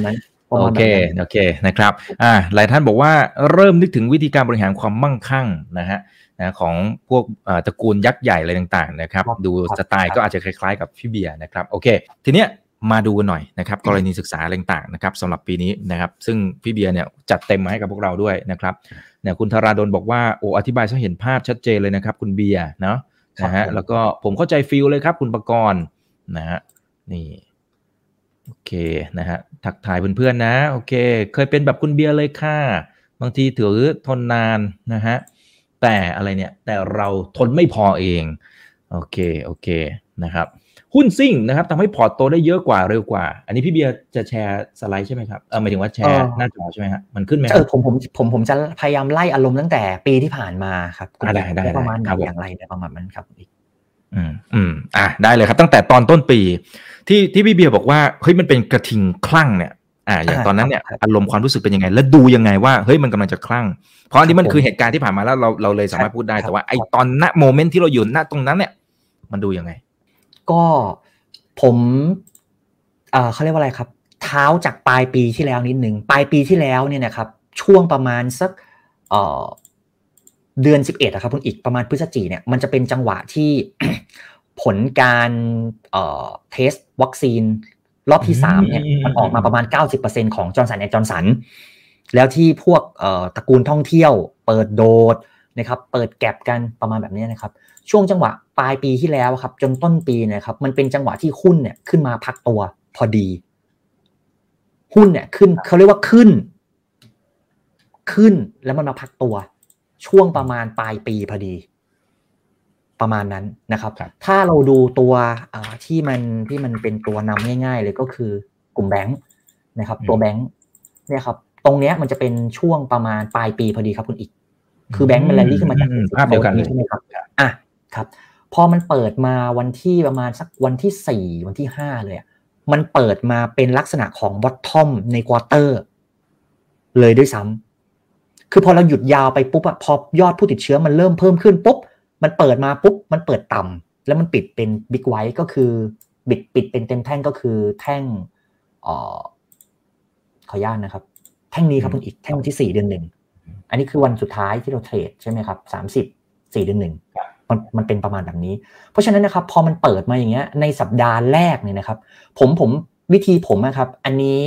โอเคโอเคนะครับอ่าหลายท่านบอกว่าเริ่มนึกถึงวิธีการบริหารความมั่งคั่งนะฮะนะของพวกตระกูลยักษ์ใหญ่อะไรต่างๆนะครับดูสไตล์ก็อาจจะคล้ายๆกับพี่เบียร์นะครับโอเคทีเนี้ยมาดูกันหน่อยนะครับกรณีศึกษาอะไรต่างๆนะครับสำหรับปีนี้นะครับซึ่งพี่เบียร์เนี่ยจัดเต็มมาให้กับพวกเราด้วยนะครับเนี่ยคุณธราดลบอกว่าโอ้อธิบายซะเห็นภาพชัดเจนเลยนะครับคุณเบียร์เนาะนะฮะแล้วก็ผมเข้าใจฟีลเลยครับคุณประกรณ์นะฮะนี่โอเคนะฮะทักทายเพื่อนๆนะโอเคเคยเป็นแบบคุณเบียร์เลยค่ะบางทีถือทนนานนะฮะแต่อะไรเนี่ยแต่เราทนไม่พอเองโอเคโอเคนะครับหุ้นซิ่งนะครับทำให้พอร์ตโตได้เยอะกว่าเร็วกว่าอันนี้พี่เบียร์จะแชร์สไลด์ใช่ไหมครับเออหมายถึงว่าแชร์หน้าจอใช่ไหมฮะมันขึ้นไหมเออผมผมผมผมจะพยายามไล่อารมณ์ตั้งแต่ปีที่ผ่านมาครับได้ได้ประมาณอย่างไรประมาณนั้นครับอีกอืมอืมอ่ะได้เลยครับตั้งแต่ตอนต้นปีที่ที่พี่เบียร์บอกว่าเฮ้ยมันเป็นกระทิงคลั่งเนี่ยอ่าอย่างตอนนั้นเนี่ยอารมณ์ความรู้สึกเป็นยังไงแล้วดูยังไงว่าเฮ้ยมันกำลังจะคลั่งเพราะอันนี้มันคือเหตุการณ์ที่ผ่านมาแล้วเราเราเลยสามารถพูดได้แต่ว่าไอ้ตอนณโมเมนต์ที่เราอยู่ณตรงนั้นเนี่ยมันดูยังไงก็ผมเอ่อเขาเรียกว่าอะไรครับเท้าจากปลายปีที่แล้วนิดนึงปลายปีที่แล้วเนี่ยนะครับช่วงประมาณสักเอ่อเดือนสิบเอ็ดอะครับคุณอีกประมาณพฤศจิกายนเนี่ยมันจะเป็นจังหวะที่ ผลการเอ่อเทสวัคซีนรอบที่สามเนี่ยมันออกมาประมาณ เก้าสิบเปอร์เซ็นต์ ของ Johnson แอนด์ Johnson แล้วที่พวกเอ่อตระกูลท่องเที่ยวเปิดโดดนะครับเปิดแก็บกันประมาณแบบนี้นะครับช่วงจังหวะปลายปีที่แล้วครับจนต้นปีนะครับมันเป็นจังหวะที่หุ้นเนี่ยขึ้นมาพักตัวพอดีหุ้นเนี่ยขึ้นเขาเรียกว่าขึ้นขึ้นแล้วมันมาพักตัวช่วงประมาณปลายปีพอดีประมาณนั้นนะครับถ้าเราดูตัวที่มันที่มันเป็นตัวนำง่ายๆเลยก็คือกลุ่มแบงค์นะครับตัวแบงค์เนี่ยครับตรงเนี้ยมันจะเป็นช่วงประมาณปลายปีพอดีครับคุณอีกคือแบงค์มันแรลลี่ขึ้นมาจากภาพเดียวกันใช่ไหมครับอ่ะครับพอมันเปิดมาวันที่ประมาณสักวันที่สี่วันที่ห้าเลยมันเปิดมาเป็นลักษณะของบอททอมในควอเตอร์เลยด้วยซ้ำคือพอเราหยุดยาวไปปุ๊บอะพอยอดผู้ติดเชื้อมันเริ่มเพิ่มขึ้นปุ๊บมันเปิดมาปุ๊บมันเปิดต่ำแล้วมันปิดเป็นบิ๊กไวท์ก็คือบิดปิดเป็นเต็มแท่งก็คือแท่งเอ่อขออนุญาตนะครับแท่งนี้ครับคุณอีกแท่งวันที่สี่เดือนหนึ่งอันนี้คือวันสุดท้ายที่เราเทรดใช่ไหมครับสามสิบ สี่เดือนหนึ่งมันมันเป็นประมาณแบบนี้เพราะฉะนั้นนะครับพอมันเปิดมาอย่างเงี้ยในสัปดาห์แรกเนี่ยนะครับผมผมวิธีผมนะครับอันนี้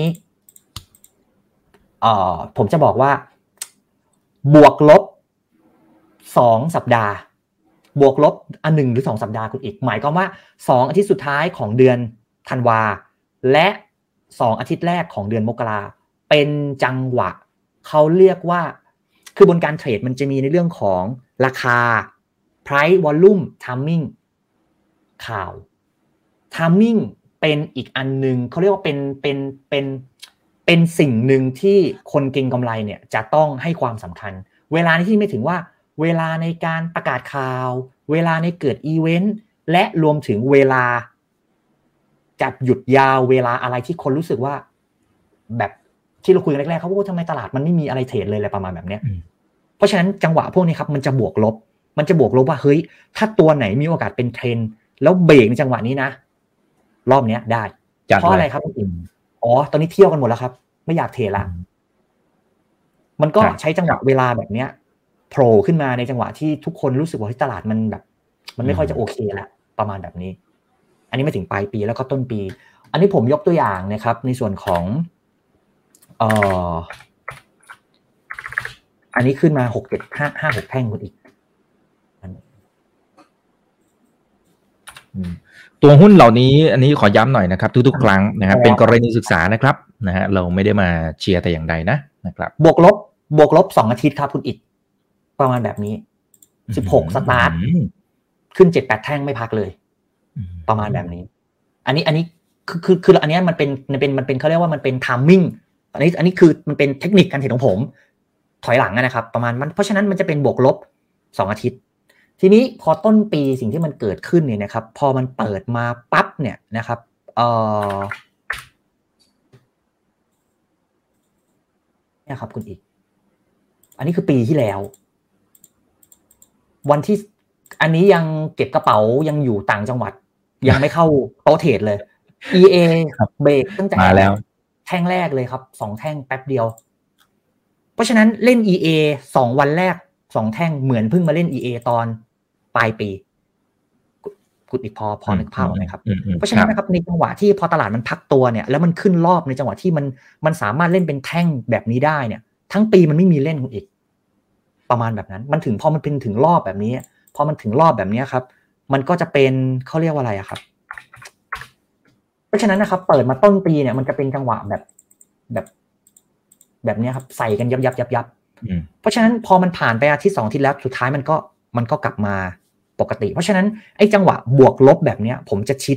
เอ่อผมจะบอกว่าบวกลบสองสัปดาห์บวกลบอันหนึ่งหรือสองสัปดาห์คุณอีกหมายความว่าสองอาทิตย์สุดท้ายของเดือนธันวาและสองอาทิตย์แรกของเดือนมกราเป็นจังหวะเขาเรียกว่าคือบนการเทรดมันจะมีในเรื่องของราคา price volume timing ข่าว timing เป็นอีกอันนึงเขาเรียกว่าเป็นเป็นเป็นเป็นสิ่งหนึ่งที่คนเก็งกำไรเนี่ยจะต้องให้ความสำคัญเวลาที่ไม่ถึงว่าเวลาในการประกาศข่าวเวลาในเกิดอีเวนต์และรวมถึงเวลาจัดหยุดยาวเวลาอะไรที่คนรู้สึกว่าแบบที่เราคุยกันแรกๆเขาว่าทำไมตลาดมันไม่มีอะไรเทรดเลยอะไรประมาณแบบนี้เพราะฉะนั้นจังหวะพวกนี้ครับมันจะบวกลบมันจะบวกลบว่าเฮ้ยถ้าตัวไหนมีโอกาสเป็นเทรนด์แล้วเบรกในจังหวะนี้นะรอบนี้ได้เพราะอะไรครับคุณอิ่มอ๋อตอนนี้เที่ยวกันหมดแล้วครับไม่อยากเทรดละมันก็ใช้จังหวะเวลาแบบเนี้ยโผล่ขึ้นมาในจังหวะที่ทุกคนรู้สึกว่าที่ตลาดมันแบบมันไม่ค่อยจะโอเคแล้วประมาณแบบนี้อันนี้ไม่ถึงปลายปีแล้วก็ต้นปีอันนี้ผมยกตัวอย่างนะครับในส่วนของเอ่ออันนี้ขึ้นมาหก เจ็ด ห้า ห้า หกแท่งคุณอีกตัวหุ้นเหล่านี้อันนี้ขอย้ำหน่อยนะครับทุกๆครั้งนะครับเป็นกรณีศึกษานะครับนะฮะเราไม่ได้มาเชียร์แต่อย่างใดนะนะครับบวกลบบวกลบสองอาทิตย์ครับคุณอีกประมาณแบบนี้สิบหกสตาร์ทขึ้น เจ็ด แปด แท่งไม่พักเลยประมาณแบบนี้อันนี้อันนี้คือคือคืออันนี้มันเป็นมันเป็นมันเป็นเขาเรียกว่ามันเป็นไทมิ่งอันนี้อันนี้คือมันเป็นเทคนิคการเทรดของผมถอยหลังนะครับประมาณมันเพราะฉะนั้นมันจะเป็นบวกลบสองอาทิตย์ทีนี้พอต้นปีสิ่งที่มันเกิดขึ้นเนี่ยนะครับพอมันเปิดมาปั๊บเนี่ยนะครับเอ่อเนี่ยครับคุณอีกอันนี้คือปีที่แล้ววันที่อันนี้ยังเก็บกระเป๋ายังอยู่ต่างจังหวัดยังไม่เข้าโต๊ะเทรดเลย อี เอ เบรกตั้งแต่มาแล้วแทท่งแรกเลยครับสองแท่งแป๊บเดียวเพราะฉะนั้นเล่น อี เอ สองวันแรกสองแท่งเหมือนเพิ่งมาเล่น อี เอ ตอนปลายปีกุดอีกพอพอนึกภาพออกไหมครับเพราะฉะนั้นนะครับในจังหวะที่พอตลาดมันพักตัวเนี่ยแล้วมันขึ้นรอบในจังหวะที่มันมันสามารถเล่นเป็นแท่งแบบนี้ได้เนี่ยทั้งปีมันไม่มีเล่นคุณอีกประมาณแบบนั้นมันถึงพอมันเป็นถึงรอบแบบนี้พอมันถึงรอบแบบนี้ครับมันก็จะเป็นเขาเรียกว่าอะไรอะครับเพราะฉะนั้นนะครับเปิดมาต้นปีเนี่ยมันจะเป็นจังหวะแบบแบบแบบนี้ครับใส่กันยับยับยับยับเพราะฉะนั้นพอมันผ่านไปอาทิตย์สองอาทิตย์แล้วสุดท้ายมันก็มันก็กลับมาปกติเพราะฉะนั้นไอ้จังหวะบวกลบแบบเนี้ยผมจะชิด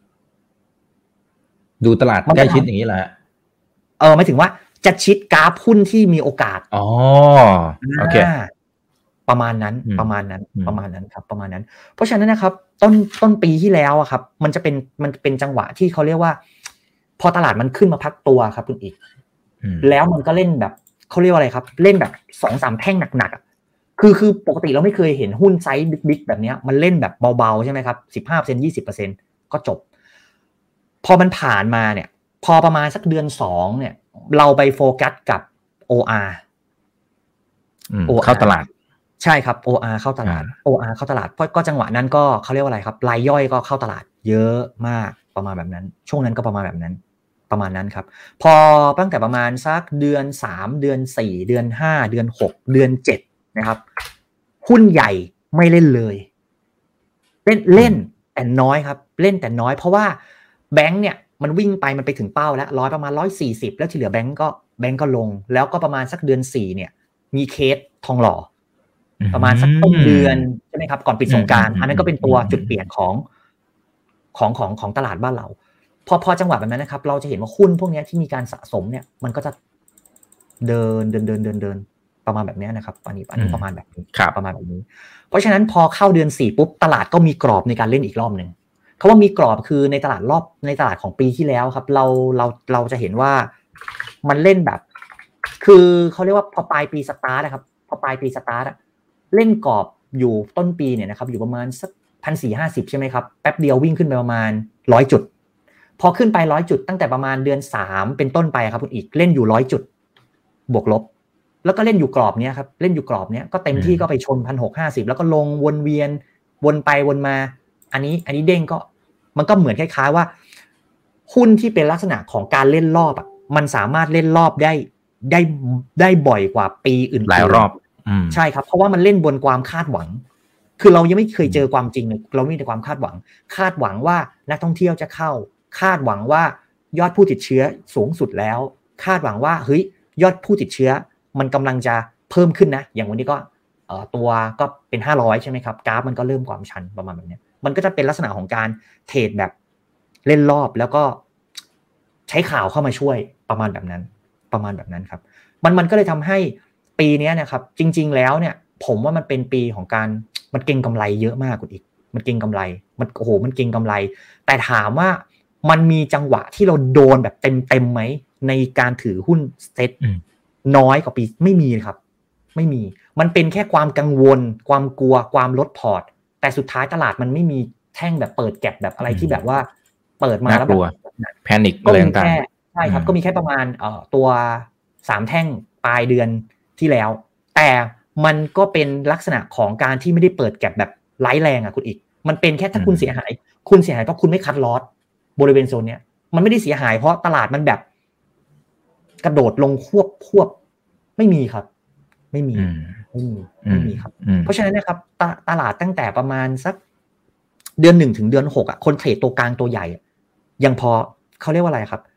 ดูตลาดใกล้ชิดอย่างนี้แหละเออหมายถึงว่าจะชิดกราฟหุ้นที่มีโอกาสอ๋อโอเคประมาณนั้นประมาณนั้นประมาณนั้นครับประมาณนั้นเพราะฉะนั้นนะครับต้นต้นปีที่แล้วอะครับมันจะเป็นมันเป็นจังหวะที่เขาเรียกว่าพอตลาดมันขึ้นมาพักตัวครับคุณอีกแล้วมันก็เล่นแบบเขาเรียกว่าอะไรครับเล่นแบบ สองสาม แท่งหนักๆคือคือปกติเราไม่เคยเห็นหุ้นไซส์บิ๊กๆแบบนี้มันเล่นแบบเบาๆใช่ไหมครับ สิบห้าเปอร์เซ็นต์ ยี่สิบเปอร์เซ็นต์ ก็จบพอมันผ่านมาเนี่ยพอประมาณสักเดือนสองเนี่ยเราไปโฟกัสกับ โอ อาร์โอ อาร์ เข้าตลาดใช่ครับ โอ อาร์ เข้าตลาด โอ อาร์ เข้าตลาดเพราะก็จังหวะนั้นก็เขาเรียกว่าอะไรครับรายย่อยก็เข้าตลาดเยอะมากประมาณแบบนั้นช่วงนั้นก็ประมาณแบบนั้นประมาณนั้นครับพอตั้งแต่ประมาณสักเดือนสามเดือนสี่เดือนห้าเดือนหกเดือนเจ็ดนะครับหุ้นใหญ่ไม่เล่นเลยเล่นเล่นแต่น้อยครับเล่นแต่น้อยเพราะว่าแบงค์เนี่ยมันวิ่งไปมันไปถึงเป้าแล้วร้อยประมาณหนึ่งร้อยสี่สิบแล้วที่เหลือแบงค์ก็แบงค์ก็ลงแล้วก็ประมาณสักเดือนสี่เนี่ยมีเคสทองหล่อประมาณสักต้นเดือนใช่ไหมครับก่อนปิดสงกรานต์อันนั้นก็เป็นตัวจุดเปลี่ยนของของของของตลาดบ้านเราพอพอจังหวะแบบนั้นนะครับเราจะเห็นว่าหุ้นพวกนี้ที่มีการสะสมเนี่ยมันก็จะเดินเดินเดินเดินเดินประมาณแบบนี้นะครับอันนี้อันนี้ประมาณแบบนี้ประมาณแบบนี้เพราะฉะนั้นพอเข้าเดือนสี่ปุ๊บตลาดก็มีกรอบในการเล่นอีกรอบนึงเขาว่ามีกรอบคือในตลาดรอบในตลาดของปีที่แล้วครับเราเราเราจะเห็นว่ามันเล่นแบบคือเขาเรียกว่าพอปลายปีสตาร์ทนะครับพอปลายปีสตาร์ทเล่นกรอบอยู่ต้นปีเนี่ยนะครับอยู่ประมาณสัก หนึ่งพันสี่ร้อยห้าสิบ ใช่ไหมครับแป๊บเดียววิ่งขึ้นไปประมาณหนึ่งร้อยจุดพอขึ้นไปหนึ่งร้อยจุดตั้งแต่ประมาณเดือนสามเป็นต้นไปครับคุณอีกเล่นอยู่หนึ่งร้อยจุดบวกลบแล้วก็เล่นอยู่กรอบเนี้ยครับเล่นอยู่กรอบเนี้ยก็เต็มที่ก็ไปชน หนึ่งพันหกร้อยห้าสิบ แล้วก็ลงวนเวียนวนไปวนมาอันนี้อันนี้เด้งก็มันก็เหมือนคล้ายๆว่าหุ้นที่เป็นลักษณะของการเล่นรอบอ่ะมันสามารถเล่นรอบได้ได้ได้บ่อยกว่าปีอื่นๆหลายรอบใช่ครับเพราะว่ามันเล่นบนความคาดหวังคือเรายังไม่เคยเจอความจริงเลยเรามีแต่ความคาดหวังคาดหวังว่านักท่องเที่ยวจะเข้าคาดหวังว่ายอดผู้ติดเชื้อสูงสุดแล้วคาดหวังว่าเฮ้ยยอดผู้ติดเชื้อมันกำลังจะเพิ่มขึ้นนะอย่างวันนี้ก็เอ่อตัวก็เป็นห้าร้อยใช่ไหมครับกราฟมันก็เริ่มความชันประมาณแบบนี้มันก็จะเป็นลักษณะของการเทรดแบบเล่นรอบแล้วก็ใช้ข่าวเข้ามาช่วยประมาณแบบนั้นประมาณแบบนั้นครับมันมันก็เลยทำให้ปีนี้นะครับจริงๆแล้วเนี่ยผมว่ามันเป็นปีของการมันเก็งกำไรเยอะมากคุณอีกมันเก็งกำไรมันโอ้โหมันเก็งกำไรแต่ถามว่ามันมีจังหวะที่เราโดนแบบเต็มๆไหมในการถือหุ้นเซ็ตน้อยกว่าปีไม่มีครับไม่มีมันเป็นแค่ความกังวลความกลัวความลดพอร์ตแต่สุดท้ายตลาดมันไม่มีแท่งแบบเปิดแก็บแบบอะไรที่แบบว่าเปิดมาแล้วแบบแพนิคอะไรต่างๆใช่ครับก็มีแค่ประมาณเอ่อตัวสามแท่งปลายเดือนที่แล้วแต่มันก็เป็นลักษณะของการที่ไม่ได้เปิดแก็บแบบไร้แรงอ่ะคุณอีกมันเป็นแค่ถ้าคุณเสียหายคุณเสียหายเพราะคุณไม่คัดลอสบริเวณโซนเนี้ยมันไม่ได้เสียหายเพราะตลาดมันแบบกระโดดลงควบควบไม่มีครับไม่มีไม่มีไม่มีครับเพราะฉะนั้นนะครับตตลาดตั้งแต่ประมาณสักเดือนหนึ่งถึงเดือนหกอ่ะคนเทรดตัวกลางตัวใหญ่ยังพอเขาเรียกว่าอะไรครับ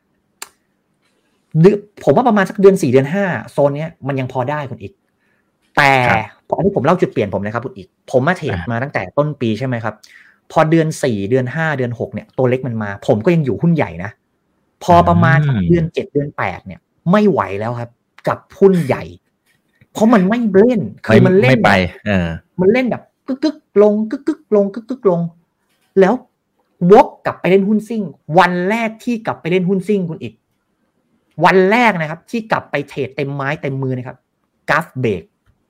ผมว่าประมาณสักเดือนสี่เดือนห้าโซนเนี้ยมันยังพอได้คุณอีกแต่พออันนี้ผมเล่าจุดเปลี่ยนผมนะครับคุณอีกผมมาเทรดมาตั้งแต่ต้นปีใช่ไหมครับพอเดือนสี่เดือนห้าเดือนหกเนี่ยตัวเล็กมันมาผมก็ยังอยู่หุ้นใหญ่นะพอประมาณเดือนเจ็ดเดือนแปดเนี่ยไม่ไหวแล้วครับกับหุ้นใหญ่เพราะมันไม่เล่นคือมันเล่นไปเออมันเล่นแบบกึกกึกลงกึกกึกลงกึกกึกลงแล้ววกกลับไปเล่นหุ้นซิ่งวันแรกที่กลับไปเล่นหุ้นซิ่งคุณอีกวันแรกนะครับที่กลับไปเทรดเต็มไม้เต็มมือนะครับกราฟเบรก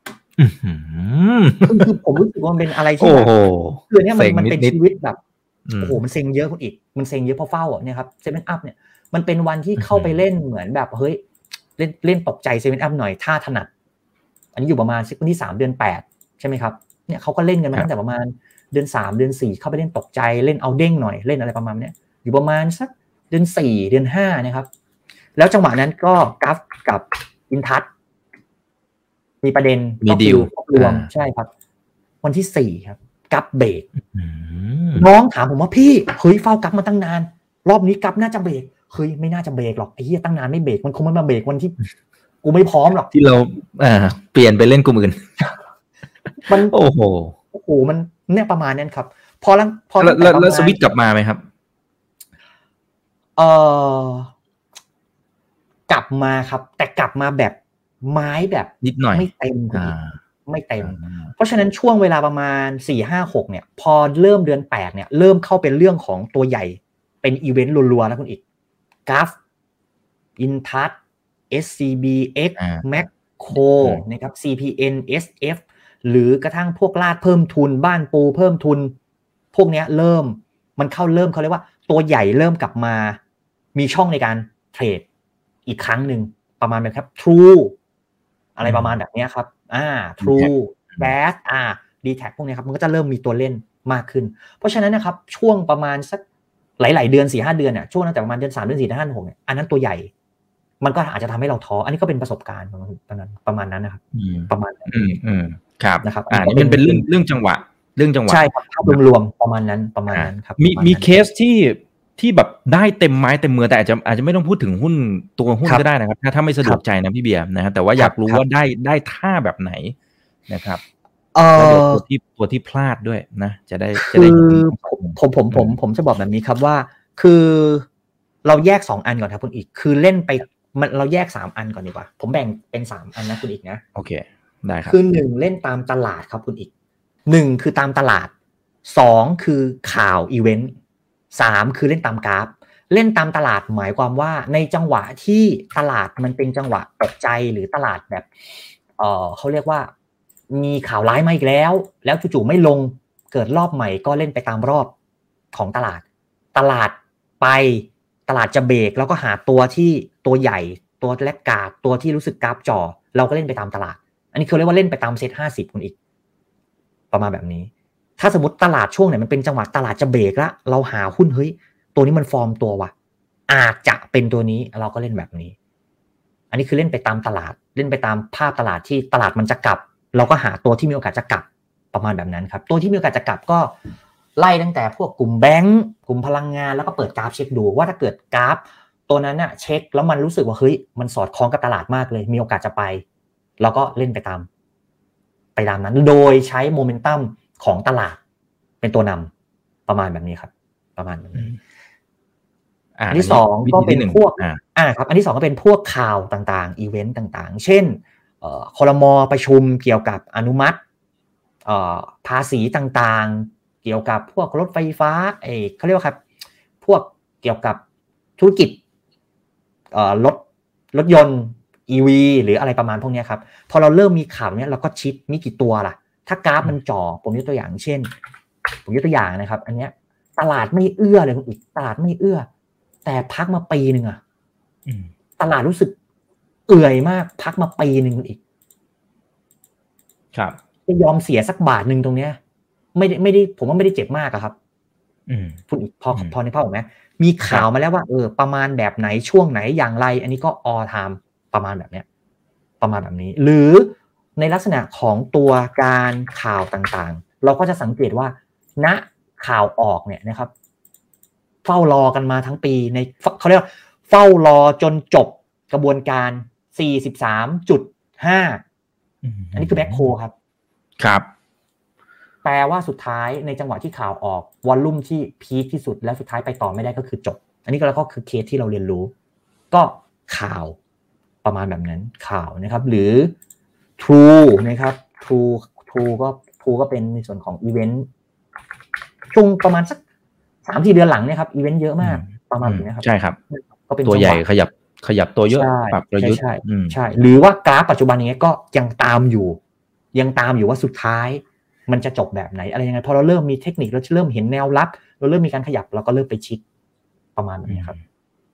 คือผมรู้สึกว่ามันเป็นอะไรที่แบบคือเนี่ยมันมันเป็นชีวิตแบบโอ้โหมันเซ็งเยอะคุณอีกมันเซ็งเยอะเพราะเฝ้าเนี่ยครับเซเว่นอัพเนี่ยมันเป็นวันที่เข้าไปเล่นเหมือนแบบเฮ้ยเล่นเล่นตกใจเซเว่นอัพหน่อยท่าถนัดอันนี้อยู่ประมาณวันที่สามเดือนแปดใช่ไหมครับเนี่ยเขาก็เล่นกันมาตั้งแต่ประมาณเดือนสามเดือนสี่เข้าไปเล่นตกใจเล่นเอาเด้งหน่อยเล่นอะไรประมาณนี้อยู่ประมาณสักเดือนสี่เดือนห้านะครับแล้วจังหวะนั้นก็กราฟกับอินทัศมีประเด็นมีดีลรวมใช่ครับวันที่สี่ครับกราฟเบรกน้องถามผมว่าพี่เฮ้ยเฝ้ากราฟมาตั้งนานรอบนี้กราฟน่าจะเบรกเฮ้ยไม่น่าจะเบรกหรอกไอ้เหี้ยตั้งนานไม่เบรกมันคงไม่มาเบรกวันที่กูไม่พร้อมหรอกที่เราอ่าเปลี่ยนไปเล่นกลุ่มอื่นมันโอ้โหโอ้โหมันเนี่ยประมาณนั้นครับพอแล้วพอแล้วแล้วสวิตช์กลับมาไหมครับเออกลับมาครับแต่กลับมาแบบไม้แบบนิดหน่อยไม่เต็มไม่เต็มเพราะฉะนั้นช่วงเวลาประมาณ สี่ ห้า หกเนี่ยพอเริ่มเดือนแปดเนี่ยเริ่มเข้าเป็นเรื่องของตัวใหญ่เป็นอีเวนต์รัวๆแล้วคุณอีกกราฟอินทัศ เอส ซี บี เอ็กซ์ Macro นะครับ ซี พี เอ็น เอส เอฟ หรือกระทั่งพวกลาดเพิ่มทุนบ้านปูเพิ่มทุนพวกเนี้ยเริ่มมันเข้าเริ่มเขาเรียกว่าตัวใหญ่เริ่มกลับมามีช่องในการเทรดอีกครั้งหนึ่งประมาณแบบครับ True อะไรประมาณแบบนี้ครับอ่า True Bass อ่า ดี แท็ก พวกนี้ครับมันก็จะเริ่มมีตัวเล่นมากขึ้นเพราะฉะนั้นนะครับช่วงประมาณสักหลายๆเดือน สี่ห้า เดือนเนี่ยช่วงตั้งแต่ประมาณเดือนสามเดือนสี่เดือนห้าเดือนหกเนี่ยอันนั้นตัวใหญ่มันก็อาจจะทำให้เราท้ออันนี้ก็เป็นประสบการณ์ประมาณนั้นประมาณนั้นนะครับประมาณนั้นอืมอืมครับนะครับอ่านี่เป็นเป็นเรื่องเรื่องจังหวะเรื่องจังหวะใช่ครับภาพรวมๆประมาณนั้นประมาณนั้นครับมีมีเคสที่ที่แบบได้เต็มไม้เต็มมือแต่อาจจะอาจจะไม่ต้องพูดถึงหุ้นตัวหุ้นก็ได้นะครับถ้าถ้าไม่สะดวกใจนะพี่เบียร์นะฮะแต่ว่าอยากรู้ว่าได้ได้ท่าแบบไหนนะครับแล้วเดี๋ยวตัวที่ตัวที่พลาดด้วยนะจะได้จะได้ผมผมผมผมผมจะบอกแบบนี้ครับว่าคือเราแยกสองอันก่อนครับคุณอีกคือเล่นไปมันเราแยกสามอันก่อนดีกว่าผมแบ่งเป็นสามอันนะคุณอีกนะโอเคได้ครับคือหนึ่งเล่นตามตลาดครับคุณอีกหนึ่งคือตามตลาดสองคือข่าวอีเวนต์สามคือเล่นตามกราฟเล่นตามตลาดหมายความว่าในจังหวะที่ตลาดมันเป็นจังหวะตกใจหรือตลาดแบบเออเขาเรียกว่ามีข่าวร้ายมาอีกแล้วแล้วจู่ๆไม่ลงเกิดรอบใหม่ก็เล่นไปตามรอบของตลาดตลาดไปตลาดจะเบรกแล้วก็หาตัวที่ตัวใหญ่ตัวแลกกาดตัวที่รู้สึกกราฟจ่อเราก็เล่นไปตามตลาดอันนี้เขาเรียกว่าเล่นไปตามเซ็ตห้าสิบคุณอีกประมาณแบบนี้ถ้าสมมติตลาดช่วงไหนมันเป็นจังหวะตลาดจะเบรกแล้วเราหาหุ้นเฮ้ยตัวนี้มันฟอร์มตัวว่ะอาจจะเป็นตัวนี้เราก็เล่นแบบนี้อันนี้คือเล่นไปตามตลาดเล่นไปตามภาพตลาดที่ตลาดมันจะกลับเราก็หาตัวที่มีโอกาสจะกลับประมาณแบบนั้นครับตัวที่มีโอกาสจะกลับก็ไล่ตั้งแต่พวกกลุ่มแบงก์กลุ่มพลังงานแล้วก็เปิดกราฟเช็คดูว่าถ้าเกิดกราฟตัวนั้นน่ะเช็คแล้วมันรู้สึกว่าเฮ้ยมันสอดคล้องกับตลาดมากเลยมีโอกาสจะไปเราก็เล่นไปตามไปตามนั้นโดยใช้โมเมนตัมของตลาดเป็นตัวนำประมาณแบบนี้ครับประมาณแบบนี้อันที่สองก็เป็นพวกอ่าครับอันที่สองก็เป็นพวกข่าวต่างๆอีเวนต์ต่างๆเช่นเอ่อครม.ประชุมเกี่ยวกับอนุมัติเอ่อภาษีต่างๆเกี่ยวกับพวกรถไฟฟ้าเอ้เขาเรียกว่าครับพวกเกี่ยวกับธุรกิจเอ่อรถรถยนต์ อี วี หรืออะไรประมาณพวกนี้ครับพอเราเริ่มมีข่าวเนี้ยเราก็ชิดมีกี่ตัวล่ะถ้ากราฟมันจ่อผมยกตัวอย่างเช่นผมยกตัวอย่างนะครับอันเนี้ยตลาดไม่เอื้อเลยคุณอีกตลาดไม่เอื้อแต่พักมาปีนึงอ่ะตลาดรู้สึกเอื่อยมากพักมาปีนึงอีกครับจะยอมเสียสักบาทนึงตรงเนี้ยไม่ได้ไม่ได้ผมว่าไม่ได้เจ็บมากอะครับอืมคุณอีกพอพอในภาพออกไหมมีข่าวมาแล้วว่าเออประมาณแบบไหนช่วงไหนอย่างไรอันนี้ก็ออไทม์ประมาณแบบเนี้ยประมาณแบบนี้หรือในลักษณะของตัวการข่าวต่างๆเราก็จะสังเกตว่าณข่าวออกเนี่ยนะครับเฝ้ารอกันมาทั้งปีในเขาเรียกว่าเฝ้ารอจนจบกระบวนการ สี่สิบสามจุดห้า อันนี้คือแบ็คโคครับครับแปลว่าสุดท้ายในจังหวะที่ข่าวออกวอลลุ่มที่พีคที่สุดแล้วสุดท้ายไปต่อไม่ได้ก็คือจบอันนี้ก็แล้วก็คือเคสที่เราเรียนรู้ก็ข่าวประมาณแบบนั้นข่าวนะครับหรือ True นะครับ True True ก็ True ก็เป็นในส่วนของอีเวนต์ช่วงประมาณสัก สามถึงสี่ เดือนหลังเนี่ยครับอีเวนต์เยอะมากประมาณนี้ครับใช่ครับก็เป็นตัวใหญ่ขยับขยับตัวเยอะปรับประยุทธ์ใช่ใช่หรือว่ากราฟปัจจุบันนี้ก็ยังตามอยู่ยังตามอยู่ว่าสุดท้ายมันจะจบแบบไหนอะไรยังไงพอเราเริ่มมีเทคนิคเราเริ่มเห็นแนวรับเราเริ่มมีการขยับเราก็เริ่มไปชิดประมาณนี้ครับ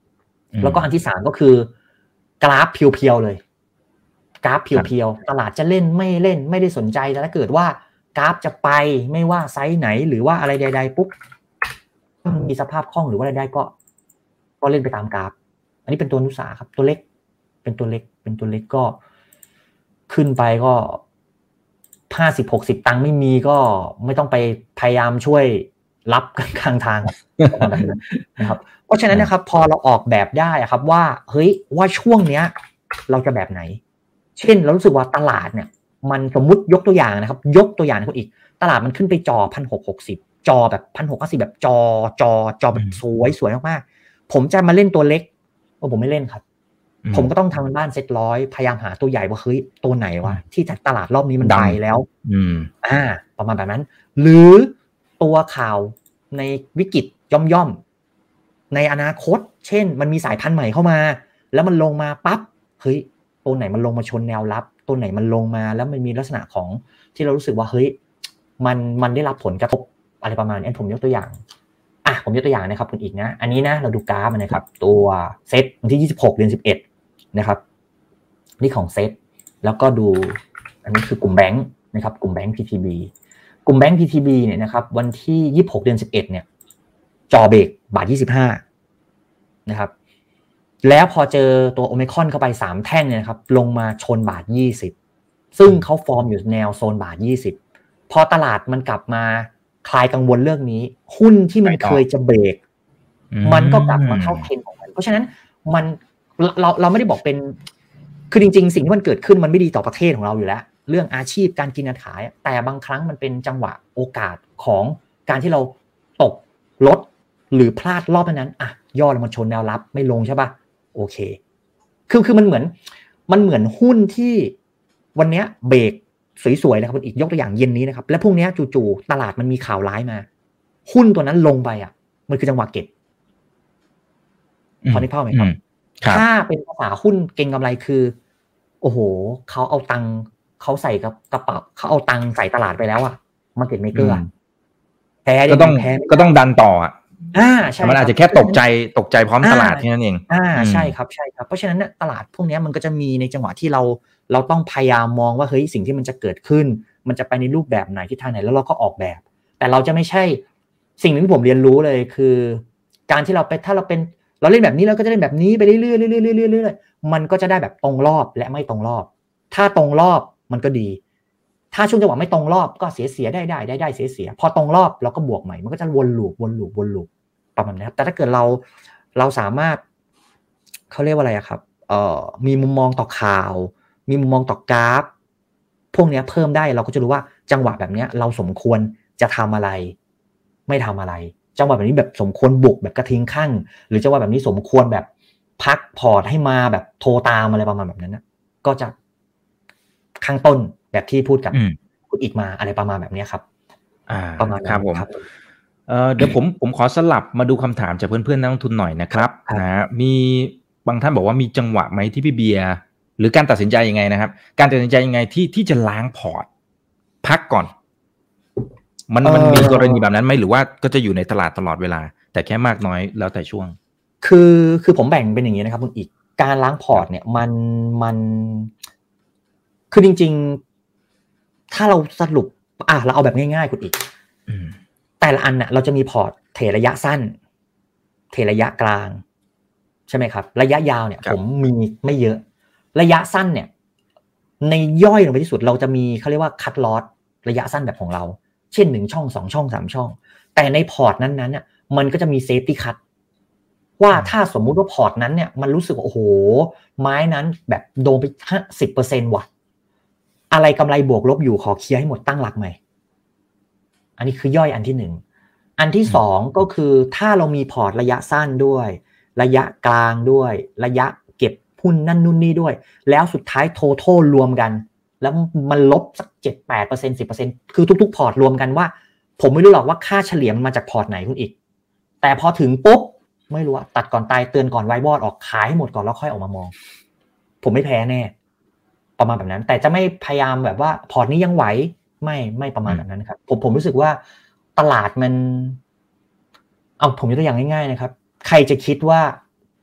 แล้วก็อันที่สามก็คือกราฟเพียวๆเลยกราฟเพียวๆตลาดจะเล่นไม่เล่นไม่ได้สนใจแต่ถ้าเกิดว่ากราฟจะไปไม่ว่าไซส์ไหนหรือว่าอะไรใดๆปุ๊บมีสภาพคล่องหรือว่าอะไรได้ก็ก็เล่นไปตามกราฟอันนี้เป็นตัวนุสาครับตัวเล็กเป็นตัวเล็กเป็นตัวเล็กก็ขึ้นไปก็ห้าสิบ หกสิบตังค์ไม่มีก็ไม่ต้องไปพยายามช่วยรับกลางทางนะครับเพราะฉะนั้นนะครับพอเราออกแบบได้ครับว่าเฮ้ยว่าช่วงเนี้ยเราจะแบบไหนเช่นเรารู้สึกว่าตลาดเนี่ยมันสมมุติยกตัวอย่างนะครับยกตัวอย่างคนอีกตลาดมันขึ้นไปจอ หนึ่งพันหกร้อยหกสิบ จอแบบ หนึ่งพันหกร้อยห้าสิบ แบบจอจอจอแบบสวยสวยมากๆผมจะมาเล่นตัวเล็กว่าผมไม่เล่นครับผมก็ต้องทำบ้านเซ็ตร้อยพยายามหาตัวใหญ่ว่าเฮ้ยตัวไหนวะที่จากตลาดรอบนี้มันไปแล้วอ่าประมาณแบบนั้นหรือตัวข่าวในวิกฤตย่อมๆในอนาคตเช่นมันมีสายพันธุ์ใหม่เข้ามาแล้วมันลงมาปั๊บเฮ้ยตัวไหนมันลงมาชนแนวรับตัวไหนมันลงมาแล้วมันมีลักษณะของที่เรารู้สึกว่าเฮ้ยมันมันได้รับผลกระทบอะไรประมาณนี้ผมยกตัวอย่างอ่ะผมยกตัวอย่างนะครับคุณอีกนะอันนี้นะเราดูกราฟนะครับตัวเซตวันที่ยี่สิบหกเดือนสิบเอ็ดนะครับนี่ของเซตแล้วก็ดูอันนี้คือกลุ่มแบงค์นะครับกลุ่มแบงค์ พี ที บี กลุ่มแบงค์ พี ที บี เนี่ยนะครับวันที่ยี่สิบหกเดือนสิบเอ็ดเนี่ยจอเบรกบาทยี่สิบห้านะครับแล้วพอเจอตัวโอเมคอนเข้าไปสามแท่งเนี่ยนะครับลงมาชนบาทยี่สิบซึ่งเขาฟอร์มอยู่แนวโซนบาทยี่สิบพอตลาดมันกลับมาคลายกังวลเรื่องนี้หุ้นที่มันเคยจะเบรกมันก็กลับมาเข้าเทรนด์ของมันเพราะฉะนั้นมันเราเราไม่ได้บอกเป็นคือจริงๆสิ่งที่มันเกิดขึ้นมันไม่ดีต่อประเทศของเราอยู่แล้วเรื่องอาชีพการกินการขายแต่บางครั้งมันเป็นจังหวะโอกาสของการที่เราตกลดหรือพลาดรอบนั้นอ่ะย่อลงมาชนแนวรับไม่ลงใช่ป่ะโอเคคือคือมันเหมือนมันเหมือนหุ้นที่วันนี้เบรกสวยๆนะครับอีกยกตัวอย่างเย็นนี้นะครับและพรุ่งนี้จู่ๆตลาดมันมีข่าวร้ายมาหุ้นตัวนั้นลงไปอ่ะมันคือจังหวะเก็บพอได้เป้าไหมครับถ้าเป็นภาษาหุ้นเก็งกำไรคือโอ้โหเขาเอาตังเขาใส่กับกระเป๋าเขาเอาตังใส่ตลาดไปแล้วอ่ะมาร์เก็ตเมเกอร์แพ้ก็ต้องก็ต้องดันต่ออ่ะอ่าใช่มันอาจจะแค่ตกใจตกใจพร้อมตลาดแค่นั้นเองอ่าใช่ครับใช่ครับเพราะฉะนั้นเนี่ยตลาดพวกนี้มันก็จะมีในจังหวะที่เราเราต้องพยายามมองว่าเฮ้ยสิ่งที่มันจะเกิดขึ้นมันจะไปในรูปแบบไหนที่ทางไหนแล้วเราก็ออกแบบแต่เราจะไม่ใช่สิ่งหนึ่งที่ผมเรียนรู้เลยคือการที่เราไปถ้าเราเป็นเราเล่นแบบนี้เราก็จะเล่นแบบนี้ไปเรื่อยๆเรื่อยๆเรื่อยๆมันก็จะได้แบบตรงรอบและไม่ตรงรอบถ้าตรงรอบมันก็ดีถ้าช่วงจังหวะไม่ตรงรอบก็เสียเสียได้ได้ได้ได้เสียเสียพอตรงรอบเราก็บวกใหม่มันก็จะวนลูปวนลูปวนลูปประมาณนี้ครับแต่ถ้าเกิดเราเราสามารถเขาเรียกว่าอะไรครับเอ่อมีมุมมองต่อข่าวมีมุมมองต่อกราฟพวกนี้เพิ่มได้เราก็จะรู้ว่าจังหวะแบบนี้เราสมควรจะทำอะไรไม่ทำอะไรจังหวะแบบนี้แบบสมควรบุกแบบกระทิงข้างหรือจังหวะแบบนี้สมควรแบบพักพอร์ตให้มาแบบโทรตามอะไรประมาณแบบนั้นนะก็จะข้างต้นแบบที่พูดกับคุณอีกมาอะไรประมาณแบบนี้ครับอ่าประมาณครับผมเอ่อเดี๋ยวผมผมขอสลับมาดูคำถามจากเพื่อนๆนักลงทุนหน่อยนะครับนะมีบางท่านบอกว่ามีจังหวะไหมที่พี่เบียร์หรือการตัดสินใจยังไงนะครับการตัดสินใจยังไงที่ที่จะล้างพอร์ตพักก่อนมันมันมีกรณีแบบนั้นไหมหรือว่าก็จะอยู่ในตลาดตลอดเวลาแต่แค่มากน้อยแล้วแต่ช่วงคือคือผมแบ่งเป็นอย่างนี้นะครับคุณอีกการล้างพอร์ตเนี่ยมันมันคือจริงๆถ้าเราสรุปอ่ะเราเอาแบบง่ายๆคุณอีกแต่ละอันน่ะเราจะมีพอร์ตเทรดระยะสั้นเทรดระยะกลางใช่ไหมครับระยะยาวเนี่ยผมมีไม่เยอะระยะสั้นเนี่ยในย่อยลงไปที่สุดเราจะมีเขาเรียกว่าคัทลอสระยะสั้นแบบของเราเช่นหนึ่งช่องสองช่องสามช่องแต่ในพอร์ตนั้นๆเนี่ยมันก็จะมีเซฟตี้คัทว่าถ้าสมมุติว่าพอร์ตนั้นเนี่ยมันรู้สึกว่าโอ้โหไม้นั้นแบบโดนไป ห้าสิบเปอร์เซ็นต์ ว่ะอะไรกำไรบวกลบอยู่ขอเคลียร์ให้หมดตั้งหลักใหม่อันนี้คือย่อยอันที่หนึ่งอันที่สองก็คือถ้าเรามีพอร์ตระยะสั้นด้วยระยะกลางด้วยระยะเก็บหุ้นนั่นนู่นนี่ด้วยแล้วสุดท้ายโททอลรวมกันแล้วมันลบสัก เจ็ด แปดเปอร์เซ็นต์ สิบเปอร์เซ็นต์ คือทุกๆพอร์ตรวมกันว่าผมไม่รู้หรอกว่าค่าเฉลี่ยมันมาจากพอร์ตไหนคุณอีกแต่พอถึงปุ๊บไม่รู้ว่าตัดก่อนตายเตือนก่อนไว้วอดออกขายให้หมดก่อนแล้วค่อยออกมามองผมไม่แพ้แน่ประมาณแบบนั้นแต่จะไม่พยายามแบบว่าพอร์ตนี้ยังไหวไม่ไม่ประมาณแบบนั้นครับผมผมรู้สึกว่าตลาดมันเอาผมยกตัวอย่างง่ายๆนะครับใครจะคิดว่า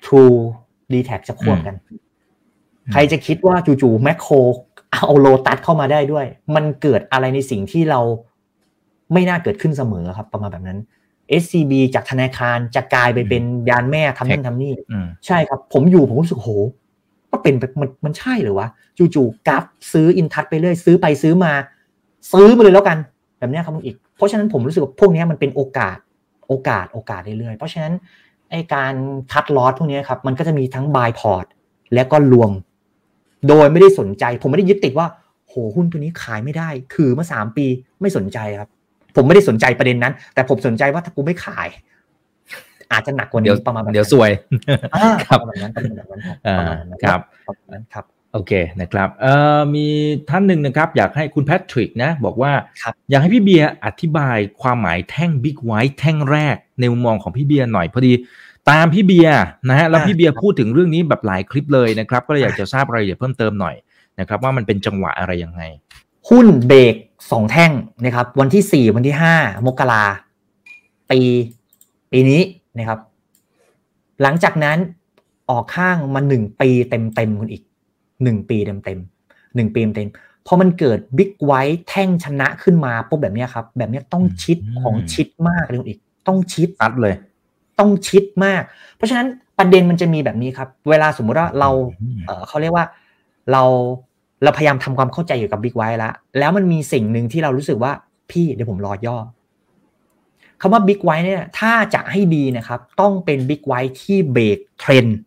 True ดี แท็ก จะควบกันใครจะคิดว่าจู่ๆแมคโครเอาโลตัสเข้ามาได้ด้วยมันเกิดอะไรในสิ่งที่เราไม่น่าเกิดขึ้นเสมอครับประมาณแบบนั้น เอส ซี บี จากธนาคารจะกลายไปเป็นยานแม่ทำนั่นทำนี่ใช่ครับผมอยู่ผมรู้สึกโหก็เป็นมันมันใช่หรือวะจู่ๆกราฟซื้ออินทัชไปเรื่อยซื้อไปซื้อมาซื้อมาเลยแล้วกันแบบนี้ครับอีกเพราะฉะนั้นผมรู้สึกว่าพวกนี้มันเป็นโอกาสโอกาสโอกาสเรื่อยๆเพราะฉะนั้นไอ้การคัดลอตพวกนี้ครับมันก็จะมีทั้ง buy port และก็รวมโดยไม่ได้สนใจผมไม่ได้ยึดติดว่าโหหุ้นตัวนี้ขายไม่ได้ถือมาสามปีไม่สนใจครับผมไม่ได้สนใจประเด็นนั้นแต่ผมสนใจว่าถ้ากูไม่ขายอาจจะหนักกว่านี้ประมาณแบบเดี๋ยวซวยครับประมาณนั้นประมาณนั้นครับประมาณนั้นครับโอเคนะครับเอ่อมีท่านหนึ่งนะครับอยากให้คุณแพทริกนะบอกว่าอยากให้พี่เบียร์อธิบายความหมายแท่ง Big White แท่งแรกในมุมมองของพี่เบียร์หน่อยพอดีตามพี่เบียร์นะฮะแล้วพี่เบียร์พูดถึงเรื่องนี้แบบหลายคลิปเลยนะครับก็เลยอยากจะทราบรายละเอียดเพิ่มเติมหน่อยนะครับว่ามันเป็นจังหวะอะไรยังไงหุ้นเบรกสองแท่งนะครับวันที่สี่วันที่ห้ามกราปีปีนี้นะครับหลังจากนั้นออกข้างมาหนึ่งปีเต็มๆคุณอีกหนึ่งปีเต็มๆหนึ่งปีเต็มพอมันเกิดบิ๊กไวท์แท่งชนะขึ้นมาปุ๊บแบบนี้ครับแบบนี้ต้องชิดของชิดมากเลยคุณอีกต้องชิดตัดเลยต้องชิดมากเพราะฉะนั้นประเด็นมันจะมีแบบนี้ครับเวลาสมมุติว่าเราเอ่อเขาเรียกว่าเราเราพยายามทำความเข้าใจเกี่ยวกับบิ๊กไวท์แล้วแล้วมันมีสิ่งหนึ่งที่เรารู้สึกว่าพี่เดี๋ยวผมรอย่อคำว่าบิ๊กไวท์เนี่ยถ้าจะให้ดีนะครับต้องเป็นบิ๊กไวท์ที่เบรกเทรนด์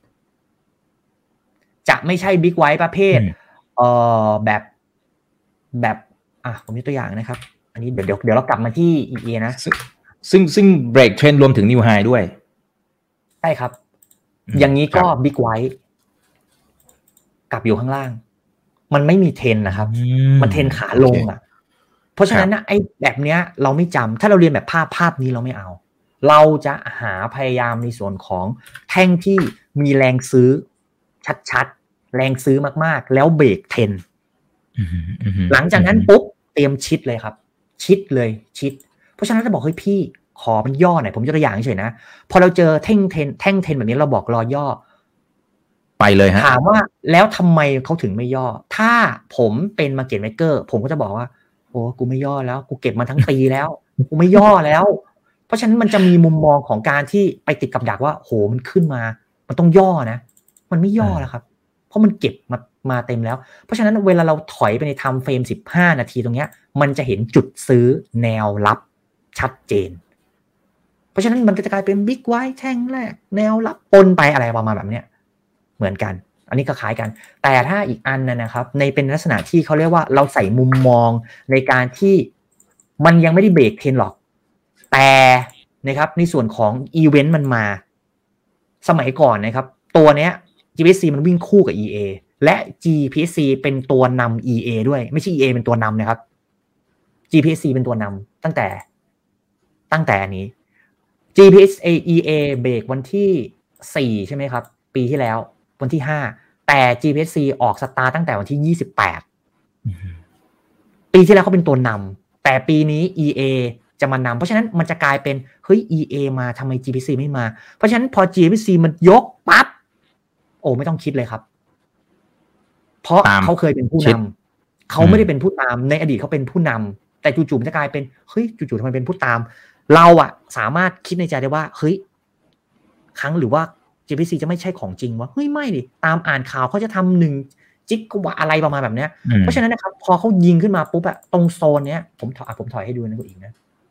จะไม่ใช่บิ๊กไวท์ประเภทเอ่อแบบแบบอ่ะผมยกตัวอย่างนะครับอันนี้เดี๋ยวเดี๋ยวเดี๋ยวเรากลับมาที่ อี เอ นะซึ่งซึ่งเบรกเทรนด์รวมถึงนิวไฮด้วยใช่ครับอย่างนี้ก็บิ๊กไวท์กลับอยู่ข้างล่างมันไม่มีเทรนนะครับมันเทรนขาลงอ่ะเพราะฉะนั้นนะไอ้แบบเนี้ยเราไม่จำถ้าเราเรียนแบบภาพภาพนี้เราไม่เอาเราจะหาพยายามในส่วนของแท่งที่มีแรงซื้อชัดๆแรงซื้อมากๆแล้วเบรกเทรนหลังจากนั้นปุ๊บเตรียมชิดเลยครับชิดเลยชิดเพราะฉะนั้นจะบอกเฮ้ยพี่ขอมันย่อหน่อยผมยกตัวอย่างเฉยๆนะพอเราเจอแท่งเทรนแท่งเทรนแบบนี้เราบอกรอย่อไปเลยฮะถามว่าแล้วทำไมเขาถึงไม่ย่อถ้าผมเป็น market maker ผมก็จะบอกว่าโอ้กูไม่ย่อแล้วกูเก็บมาทั้งปีแล้วกูไม่ย่อแล้วเพราะฉะนั้นมันจะมีมุมมองของการที่ไปติดกับดักว่าโหมันขึ้นมามันต้องย่อนะมันไม่ย่อแล้วครับเพราะมันเก็บมามาเต็มแล้วเพราะฉะนั้นเวลาเราถอยไปในไทม์เฟรมสิบห้านาทีตรงเนี้ยมันจะเห็นจุดซื้อแนวรับชัดเจนเพราะฉะนั้นมันก็จะกลายเป็นบิ๊กไวท์แท่งแรกแนวรับปนไปอะไรประมาณแบบเนี้ยเหมือนกันอันนี้ก็คล้ายกันแต่ถ้าอีกอันนะนะครับในเป็นลักษณะที่เขาเรียกว่าเราใส่มุมมองในการที่มันยังไม่ได้เบรกเทรนหรอกแต่นะครับในส่วนของอีเวนต์มันมาสมัยก่อนนะครับตัวเนี้ย จี พี เอส ซี มันวิ่งคู่กับ อี เอ และ จี พี เอส ซี เป็นตัวนำ อี เอ ด้วยไม่ใช่ อี เอ เป็นตัวนำนะครับ จี พี เอส ซี เป็นตัวนำตั้งแต่ตั้งแต่อันนี้ จี พี เอส ซี อี เอ เบรกวันที่สี่ใช่ไหมครับปีที่แล้ววันที่ห้าแต่ จี พี เอส ซี ออกสตาร์ตั้งแต่วันที่ยี่สิบแปดปีที่แล้วเขาเป็นตัวนำแต่ปีนี้ อี เอ จะมานำเพราะฉะนั้นมันจะกลายเป็นเฮ้ย อี เอ มาทำไม จี พี เอส ซี ไม่มาเพราะฉะนั้นพอ จี พี เอส ซี มันยกปั๊บโอ้ไม่ต้องคิดเลยครับเพราะเขาเคยเป็นผู้นำเขาไม่ได้เป็นผู้ตามในอดีตเขาเป็นผู้นำแต่จู่ๆมันจะกลายเป็นเฮ้ยจู่ๆทำไมเป็นผู้ตามเราอะสามารถคิดในใจได้ว่าเฮ้ยครั้งหรือว่า จี พี เอส ซี จะไม่ใช่ของจริงวะเฮ้ยไม่ดิตามอ่านข่าวเขาจะทำหนึ่งจิกกว่าอะไรประมาณแบบเนี้ยเพราะฉะนั้นนะครับพอเขายิงขึ้นมาปุ๊บอะตรงโซนเนี้ยผมถอยผมถอยให้ดูนะคุณอีกนะ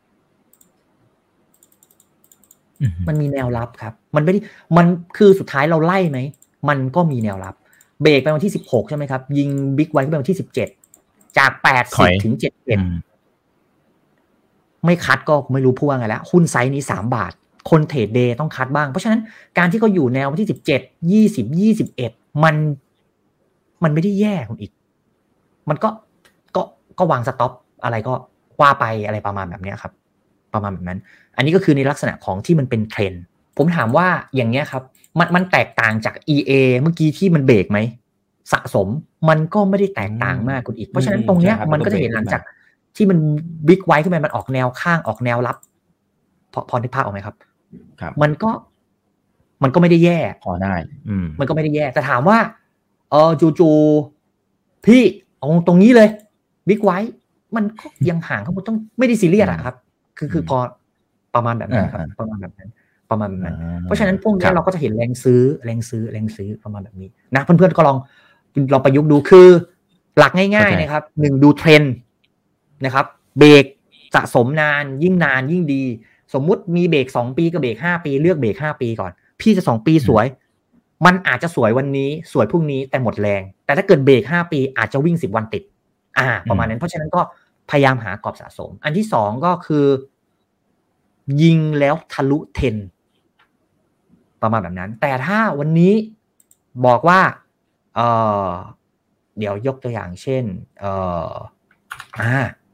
มันมีแนวรับครับมันไม่ได้มันคือสุดท้ายเราไล่ไหมมันก็มีแนวรับเบรกไปวันที่สิบหกใช่ไหมครับยิงบิ๊กไวท์ไปวันที่สิบเจ็ดจากแปดสิบถึงเจ็ดสิบเอ็ดไม่คัดก็ไม่รู้พูดว่าไงแล้วหุ้นไซส์นี้สามบาทคนเทรดเดย์ต้องคัดบ้างเพราะฉะนั้นการที่เขาอยู่แนววันที่สิบเจ็ด ยี่สิบ ยี่สิบเอ็ดมันมันไม่ได้แย่คุณอีกมันก็ก็ก็วางสต็อปอะไรก็ว่าไปอะไรประมาณแบบนี้ครับประมาณแบบนั้นอันนี้ก็คือในลักษณะของที่มันเป็นเทรนด์ผมถามว่าอย่างเงี้ยครับมันมันแตกต่างจาก อี เอ เมื่อกี้ที่มันเบรกไหมสะสมมันก็ไม่ได้แตกต่างมากคุณอีกเพราะฉะนั้นตรงเนี้ยมันก็จะเห็นหลังจากที่มันบิ๊กไวท์ขึ้นไปมันออกแนวข้างออกแนวรับพอพอได้ภาพออกไหมครับมันก็มันก็ไม่ได้แย่พอได้อืมมันก็ไม่ได้แย่แต่ถามว่าเออจู่ๆพี่เอาตรงนี้เลยบิ๊กไว้มันก็ยังห่างเขาต้องไม่ได้ซีเรียสอะครับคือคือพอประมาณแบบนั้นครับประมาณแบบนั้นประมาณแบบนั้นเพราะฉะนั้นพวกนี้เราก็จะเห็นแรงซื้อแรงซื้อแรงซื้อประมาณแบบนี้นะเพื่อนๆก็ลองลองประยุกต์ดูคือหลักง่ายๆนะครับหนึ่งดูเทรนด์นะครับเบรกสะสมนานยิ่งนานยิ่งดีสมมุติมีเบรกสองปีกับเบรกห้าปีเลือกเบรกห้าปีก่อนพี่จะสองปีสวยมันอาจจะสวยวันนี้สวยพรุ่งนี้แต่หมดแรงแต่ถ้าเกิดเบรกห้าปีอาจจะวิ่งสิบวันติดอ่าประมาณนั้นเพราะฉะนั้นก็พยายามหากรอบสะสมอันที่สองก็คือยิงแล้วทะลุเทนประมาณแบบนั้นแต่ถ้าวันนี้บอกว่าเออเดี๋ยวยกตัวอย่างเช่นเอออ่า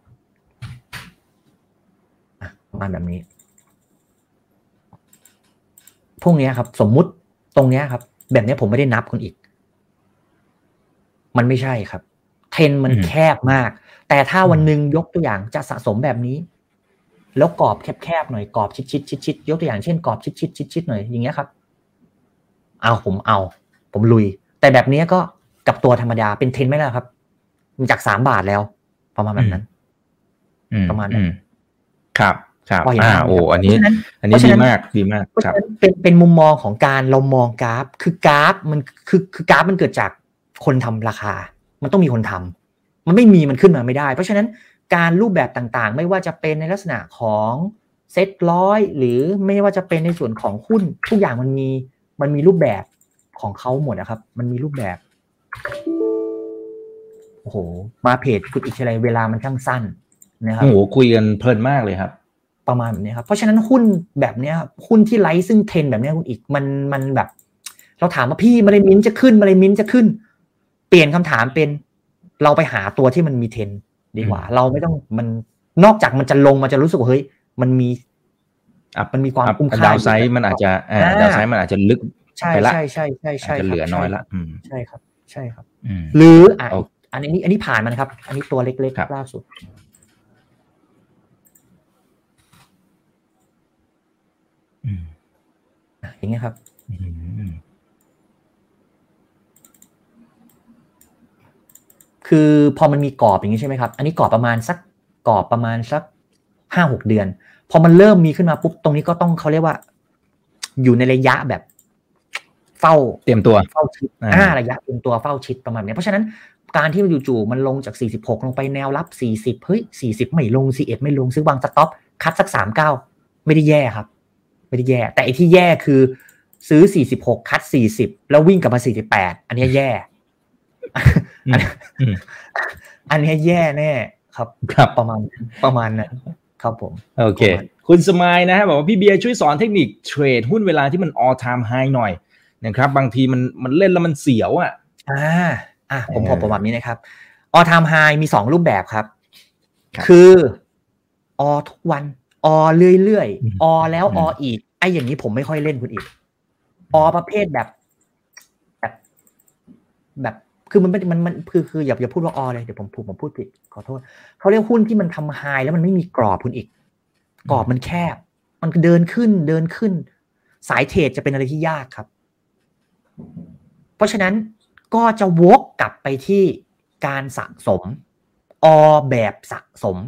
ประมาณแบบนี้พวกนี้ครับสมมุติตรงนี้ครับแบบนี้ผมไม่ได้นับคุณอีกมันไม่ใช่ครับเทรนมันแคบมากแต่ถ้าวันนึงยกตัวอย่างจะสะสมแบบนี้แล้วกรอบแคบๆหน่อยกรอบชิดๆๆๆยกตัวอย่างเช่นกรอบชิดๆชิดๆหน่อยอย่างเงี้ยครับเอาผมเอาผมลุยแต่แบบนี้ก็กับตัวธรรมดาเป็นเทรนไม่แล้วครับมันจากสามบาทแล้วประมาณแบบนั้นประมาณนั้นครับครับอ่าโอ้อันนี้อันนี้ดีมากดีมากครับเป็นเป็นมุมมองของการเรามองกราฟคือกราฟมันคือคือกราฟมันเกิดจากคนทำราคามันต้องมีคนทำมันไม่มีมันขึ้นมาไม่ได้เพราะฉะนั้นการรูปแบบต่างๆไม่ว่าจะเป็นในลักษณะของเซ็ตร้อยหรือไม่ว่าจะเป็นในส่วนของหุ้นทุกอย่างมันมีมันมีรูปแบบของเขาหมดนะครับมันมีรูปแบบโอ้โหมาเพจคุณอิชอะไรเวลามันช่างสั้นนะครับโอ้โหคุยกันเพลินมากเลยครับประมาณแบบนี้ครับเพราะฉะนั้นหุ้นแบบนี้หุ้นที่ไร้ซึ่งเทรนแบบนี้คุณอีกมันมันแบบเราถามว่าพี่มาเลมินจะขึ้นมาเลมินจะขึ้นเปลี่ยนคำถามเป็นเราไปหาตัวที่มันมีเทรนดีกว่าเราไม่ต้องมันนอกจากมันจะลงมันจะรู้สึกว่าเฮ้ยมันมีมันมีความคุ้มค่าดาวไซด์มันอาจจะดาวไซด์มันอาจจะลึกไปละใช่ใช่ใช่ใช่จะเหลือน้อยละใช่ครับใช่ครับหรืออ่ะอันนี้อันนี้ผ่านมันครับอันนี้ตัวเล็กๆล่าสุดอย่างเงี้ยครับคือพอมันมีกรอบอย่างนี้ใช่ไหมครับอันนี้กรอบประมาณสักกรอบประมาณสักห้าหกเดือนพอมันเริ่มมีขึ้นมาปุ๊บตรงนี้ก็ต้องเขาเรียกว่าอยู่ในระยะแบบเฝ้าเตรียมตัวเฝ้าชิดอ่าระยะเตรียมตัวเฝ้าชิดประมาณนี้เพราะฉะนั้นการที่มันจู่ๆมันลงจากสี่สิบหกลงไปแนวรับสี่สิบเฮ้ยสี่สิบไม่ลงสี่สิบเอ็ดไม่ลงซื้อวางสต็อปคัดสักสามสิบเก้าไม่ได้แย่ครับไม่ได้แย่แต่ไอ้ที่แย่คือซื้อสี่สิบหกคัดสี่สิบแล้ววิ่งกลับมาสี่สิบแปดอันนี้แย่อันนี้แย่แน่ครับครับประมาณประมาณนั้นครับผมโอเคคุณสมายนะฮะบอกว่าพี่เบียร์ช่วยสอนเทคนิคเทรดหุ้นเวลาที่มัน all time high หน่อยนะครับบางทีมันมันเล่นแล้วมันเสียวอ่ะอ่าอ่ะผมผมประมาณนี้นะครับ all time high มีสองรูปแบบครับคือ all ทุกวันออเรื่อยๆออแล้วออีกไอ้อย่างนี้ผมไม่ค่อยเล่นคุณอีกออประเภทแบบแบบแบบคือมันมันมันคือคืออย่าอย่าพูดว่าออเลยเดี๋ยวผมพูดผมพูดผิดขอโทษเขาเรียกหุ้นที่มันทำไฮแล้วมันไม่มีกรอบคุณอีกกรอบมันแคบมันเดินขึ้นเดินขึ้นสายเทรดจะเป็นอะไรที่ยากครับเพราะฉะนั้นก็จะวกกลับไปที่การสะสมออแบบสะสม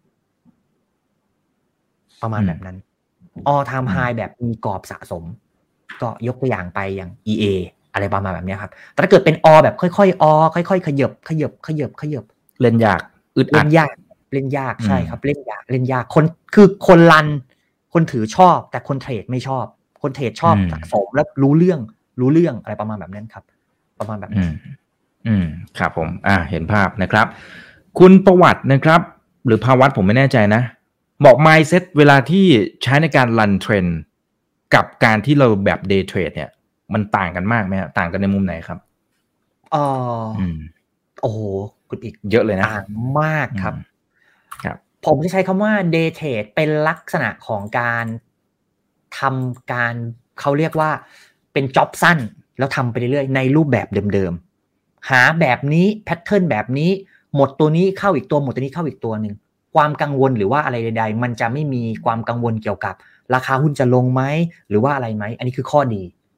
ประมาณแบบนั้น all time high แบบมีกรอบสะสมก็ยกตัวอย่างไปอย่าง อี เอ อะไรประมาณแบบนี้ครับแต่ถ้าเกิดเป็น all แบบค่อยๆ all ค่อยๆขยับขยับขยับขยับเล่นยากอึดอัดเล่นยากเล่นยากใช่ครับเล่นยากเล่นยากคนคือคนรันคนถือชอบแต่คนเทรดไม่ชอบคนเทรดชอบสะสมแล้วรู้เรื่องรู้เรื่องอะไรประมาณแบบนั้นครับประมาณแบบนั้นอืมครับผมอ่าเห็นภาพนะครับคุณประวัตินะครับหรือภาวัตผมไม่แน่ใจนะบอก mindset เวลาที่ใช้ในการรันเทรนด์กับการที่เราแบบ day trade เนี่ยมันต่างกันมากไหมต่างกันในมุมไหนครับอ๋อโอ้โหคุณอีกเยอะเลยนะต่างมากครับครับผมจะใช้คำว่า day trade เป็นลักษณะของการทำการเขาเรียกว่าเป็นจ็อบสั้นแล้วทำไปเรื่อยๆในรูปแบบเดิมๆหาแบบนี้แพทเทิร์นแบบนี้หมดตัวนี้เข้าอีกตัวหมดตัวนี้เข้าอีกตัวนึงความกังวลหรือว่าอะไรใดๆมันจะไม่มีความกังวลเกี่ยวกับราคาหุ้นจะลงไหมหรือว่าอะไรไหมอันนี้คือข้อดี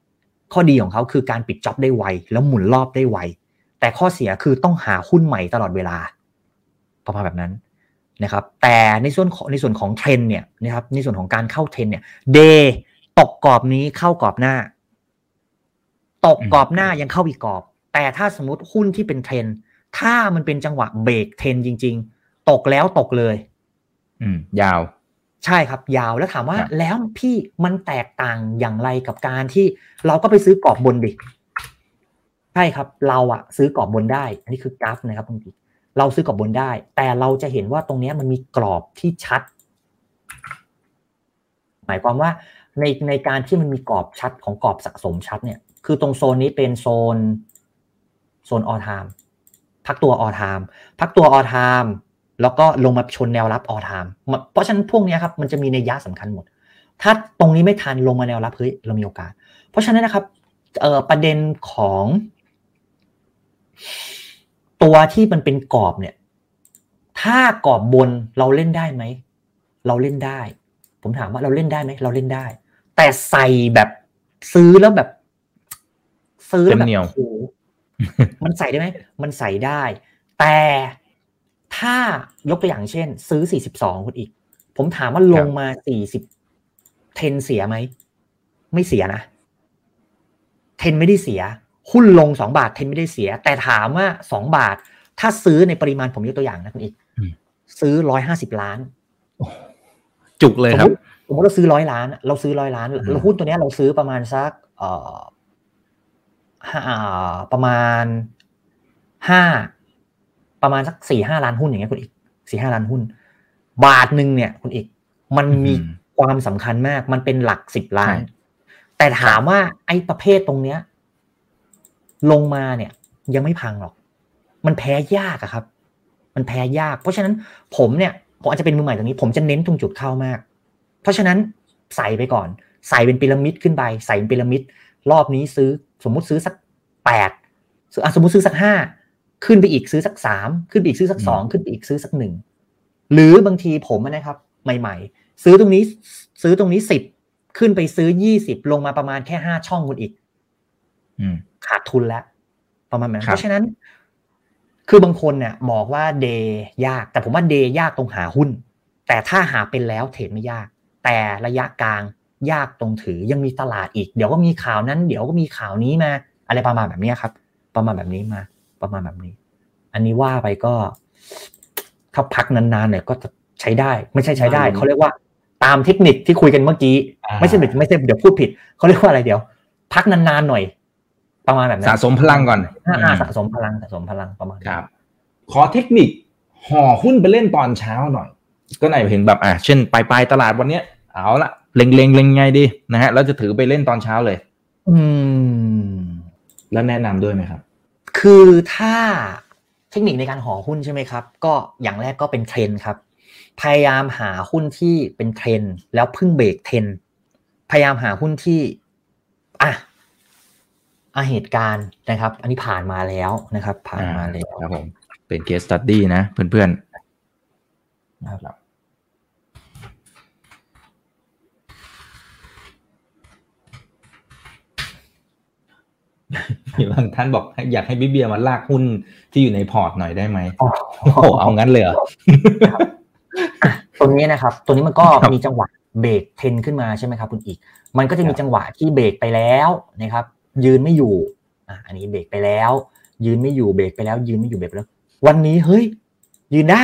ข้อดีของเขาคือการปิดจ็อบได้ไวแล้วหมุนรอบได้ไวแต่ข้อเสียคือต้องหาหุ้นใหม่ตลอดเวลาประมาณแบบนั้นนะครับแต่ในส่วนของในส่วนของเทรนเนี่ยนะครับในส่วนของการเข้าเทรนเนี่ยเดย์ตกกรอบนี้เข้ากรอบหน้าตกกรอบหน้ายังเข้าอีกกรอบแต่ถ้าสมมติหุ้นที่เป็นเทรนถ้ามันเป็นจังหวะเบรกเทรนจริงๆตกแล้วตกเลยอืมยาวใช่ครับยาวแล้วถามว่าแล้วพี่มันแตกต่างอย่างไรกับการที่เราก็ไปซื้อกรอบบนดิใช่ครับเราอะซื้อกรอบบนได้อันนี้คือกราฟนะครับคุณพี่เราซื้อกรอบบนได้แต่เราจะเห็นว่าตรงนี้มันมีกรอบที่ชัดหมายความว่าในในการที่มันมีกรอบชัดของกรอบสะสมชัดเนี่ยคือตรงโซนนี้เป็นโซนโซนออไทม์พักตัวออไทม์พักตัวออไทม์แล้วก็ลงมาชนแนวรับออไทม์เพราะฉะนั้นพวกนี้ครับมันจะมีนัยยะสำคัญหมดถ้าตรงนี้ไม่ทันลงมาแนวรับเฮ้ยเรามีโอกาสเพราะฉะนั้นนะครับเอ่อประเด็นของตัวที่มันเป็นกรอบเนี่ยถ้ากรอบบนเราเล่นได้ไหมเราเล่นได้ผมถามว่าเราเล่นได้ไหมเราเล่นได้แต่ใส่แบบซื้อแล้วแบบซื้อแล้วแบบโอ้โหมันใส่ได้ไหมมันใส่ได้แต่ถ้ายกตัวอย่างเช่นซื้อสี่สิบสองคุณอีกผมถามว่าลงมาสี่สิบเทนเสียไหมไม่เสียนะเทนไม่ได้เสียหุ้นลงสองบาทเทนไม่ได้เสียแต่ถามว่าสองบาทถ้าซื้อในปริมาณผมยกตัวอย่างนะคุณอีกซื้อหนึ่งร้อยห้าสิบล้านจุกเลยครับสมมติเราซื้อร้อยล้านเราซื้อร้อยล้านแล้วหุ้นตัวนี้เราซื้อประมาณสักเอ่อประมาณห้าประมาณสักสี่ห้าล้านหุ้นอย่างเงี้ยคุณอีกสี่ห้าล้านหุ้นบาทนึงเนี่ยคุณอีกมันมีความสำคัญมากมันเป็นหลักสิบล้านแต่ถามว่าไอ้ประเภทตรงเนี้ยลงมาเนี่ยยังไม่พังหรอกมันแพ้ยากอะครับมันแพ้ยากเพราะฉะนั้นผมเนี่ยผมอาจจะเป็นมือใหม่ตรงนี้ผมจะเน้นตรงจุดเข้ามากเพราะฉะนั้นใส่ไปก่อนใส่เป็นพีระมิดขึ้นไปใส่เป็นพีระมิดรอบนี้ซื้อสมมุติซื้อสักแปดสมมุติซื้อสักห้าขึ้นไปอีกซื้อสักสามขึ้นไปอีกซื้อสักสองขึ้นไปอีกซื้อสักหนึ่งหรือบางทีผมนะครับใหม่ๆซื้อตรงนี้ซื้อตรงนี้สิบขึ้นไปซื้อยี่สิบลงมาประมาณแค่ห้าช่องคุณอีกขาดทุนแล้วประมาณนั้นเพราะฉะนั้นคือบางคนเนี่ยบอกว่าเดย์ยากแต่ผมว่าเดย์ยากตรงหาหุ้นแต่ถ้าหาเป็นแล้วเทรดไม่ยากแต่ระยะกลางยากตรงถือยังมีตลาดอีกเดี๋ยวก็มีข่าวนั้นเดี๋ยวก็มีข่าวนี้มาอะไรประมาณแบบนี้ครับประมาณแบบนี้มาประมาณแบบนี้อันนี้ว่าไปก็ถ้าพักนานๆเนี่ยก็จะใช้ได้ไม่ใช่ใช้ได้เขาเรียกว่าตามเทคนิคที่คุยกันเมื่อกี้ไม่ใช่ไม่ใช่เดี๋ยวพูดผิดเขาเรียกว่าอะไรเดี๋ยวพักนานๆหน่อยประมาณแบบนั้นสะสมพลังก่อนอ่าสะสมพลังสะสมพลังประมาณครับขอเทคนิคห่อหุ้นไปเล่นตอนเช้าหน่อยก็ไหนเห็นแบบอ่ะเช่นปลายปลายตลาดวันเนี้ยเอาละเล็งเล็งเล็งไงดีนะฮะแล้วจะถือไปเล่นตอนเช้าเลยอืมแล้วแนะนำด้วยไหมครับคือถ้าเทคนิคในการห่อหุ้นใช่ไหมครับก็อย่างแรกก็เป็นเทรนด์ครับพยายามหาหุ้นที่เป็นเทรนด์แล้วเพิ่งเบรกเทรนด์พยายามหาหุ้นที่อ่ะอ่ะเหตุการณ์นะครับอันนี้ผ่านมาแล้วนะครับผ่านมาแล้วครับผมเป็น case study นะเพื่อนๆนะครับมีบางท่านบอกอยากให้พี่เบียร์มาลากหุ้นที่อยู่ในพอร์ตหน่อยได้ไหมโอ้โหเอางั้นเลยเหรอตัวนี้นะครับตัวนี้มันก็มีจังหวะเบรกเทรนขึ้นมาใช่ไหมครับคุณอีกมันก็จะมีจังหวะที่เบรกไปแล้วนะครับยืนไม่อยู่อ่ะอันนี้เบรกไปแล้วยืนไม่อยู่เบรกไปแล้วยืนไม่อยู่เบรกแล้ววันนี้เฮ้ยยืนได้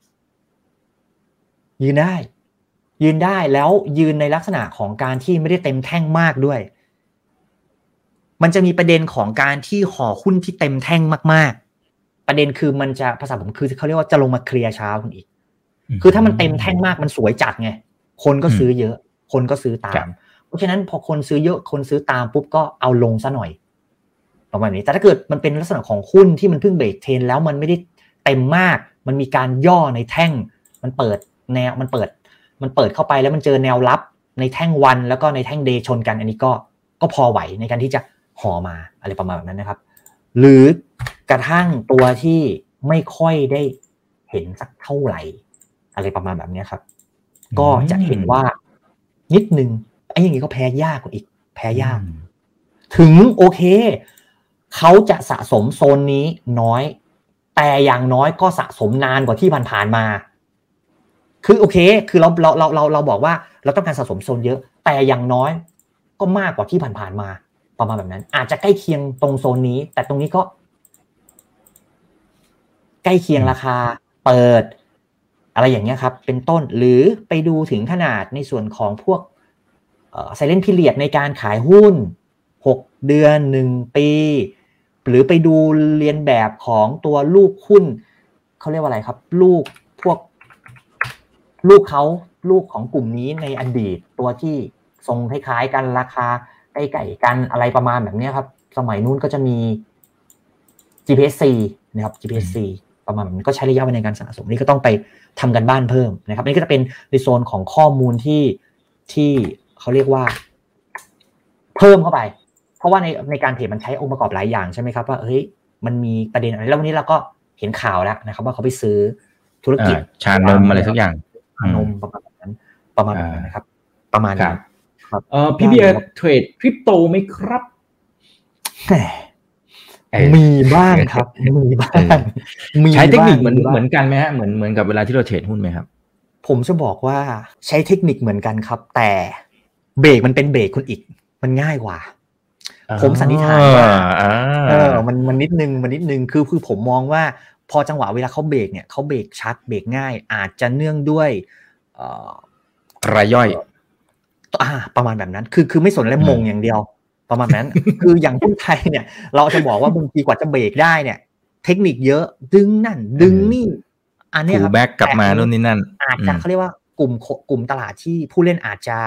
ยืนได้ยืนได้แล้วยืนในลักษณะของการที่ไม่ได้เต็มแท่งมากด้วยมันจะมีประเด็นของการที่ห่อหุ้นที่เต็มแท่งมากๆประเด็นคือมันจะภาษาผมคือเขาเรียกว่าจะลงมาเคลียร์เช้าคุณอีกคือถ้ามันเต็มแท่งมากมันสวยจัดไงคนก็ซื้อเยอะคนก็ซื้อตามเพราะฉะนั้นพอคนซื้อเยอะคนซื้อตามปุ๊บก็เอาลงซะหน่อยประมาณนี้แต่ถ้าเกิดมันเป็นลักษณะของหุ้นที่มันเพิ่งเบรกเทรนแล้วมันไม่ได้เต็มมากมันมีการย่อในแท่งมันเปิดแนวมันเปิดมันเปิดเข้าไปแล้วมันเจอแนวรับในแท่งวันแล้วก็ในแท่งเดย์ชนกันอันนี้ก็ก็พอไหวในการที่จะห่อมาอะไรประมาณแบบนั้นนะครับหรือกระทั่งตัวที่ไม่ค่อยได้เห็นสักเท่าไหร่อะไรประมาณแบบนี้ครับก็จะเห็นว่านิดนึงไอ้อย่างนี้ก็แพ้ยากกว่าอีกแพ้ยากถึงโอเคเขาจะสะสมโซนนี้น้อยแต่อย่างน้อยก็สะสมนานกว่าที่ผ่านๆมาคือโอเคคือเราเราเราเราเราบอกว่าเราต้องการสะสมโซนเยอะแต่อย่างน้อยก็มากกว่าที่ผ่านๆมาประมาณแบบนั้นอาจจะใกล้เคียงตรงโซนนี้แต่ตรงนี้ก็ใกล้เคียงราคาเปิดอะไรอย่างเงี้ยครับเป็นต้นหรือไปดูถึงขนาดในส่วนของพวกเอ่อ silent period ในการขายหุ้นหกเดือนหนึ่งปีหรือไปดูเรียนแบบของตัวลูกหุ้นเขาเรียกว่าอะไรครับลูกพวกลูกเขาลูกของกลุ่มนี้ในอดีตตัวที่ทรงคล้ายๆกันราคาใกล้ๆกันอะไรประมาณแบบนี้ครับสมัยนู้นก็จะมี จี พี เอส ซี นะครับ จี พี เอส ซี ประมาณนี้ก็ใช้ระยะเวลาในการสะสมนี่ก็ต้องไปทำกันบ้านเพิ่มนะครับนี่ก็จะเป็นในโซนของข้อมูลที่ที่เขาเรียกว่าเพิ่มเข้าไปเพราะว่าในในการเทรดมันใช้องค์ประกอบหลายอย่างใช่ไหมครับว่าเฮ้ยมันมีประเด็นอะไรแล้ววันนี้เราก็เห็นข่าวแล้วนะครับว่าเขาไปซื้อธุรกิจชานมอะไรสักอย่างชานมประมาณนั้นประมาณนั้นนะครับประมาณนี้ครับเออพี่เบียร์เทรดคริปโตไหมครับมีบ้างครับมีบ้างใช้เทคนิคเหมือนเหมือนกันไหมฮะเหมือนเหมือนกับเวลาที่เราเทรดหุ้นไหมครับผมจะบอกว่าใช้เทคนิคเหมือนกันครับแต่เบรกมันเป็นเบรกคุณอีกมันง่ายกว่าผมสันนิษฐานว่าเออมันมันนิดนึงมันนิดนึงคือคือผมมองว่าพอจังหวะเวลาเขาเบรกเนี่ยเขาเบรกชัดเบรกง่ายอาจจะเนื่องด้วยเอ่อรายย่อยอ่าประมาณแบบนั้นคือคือไม่สนแล้วมงอย่างเดียวประมาณนั้น คืออย่างหุ้นไทยเนี่ยเราจะบอกว่าบางทีกว่าจะเบรกได้เนี่ยเทคนิคเยอะดึงนั่นดึงนี่อันนี้ครับแบ็กกลับมาโน่นนี่นั่นอาจจะเขาเรียกว่ากลุ่มกลุ่มตลาดที่ผู้เล่นอาจจะ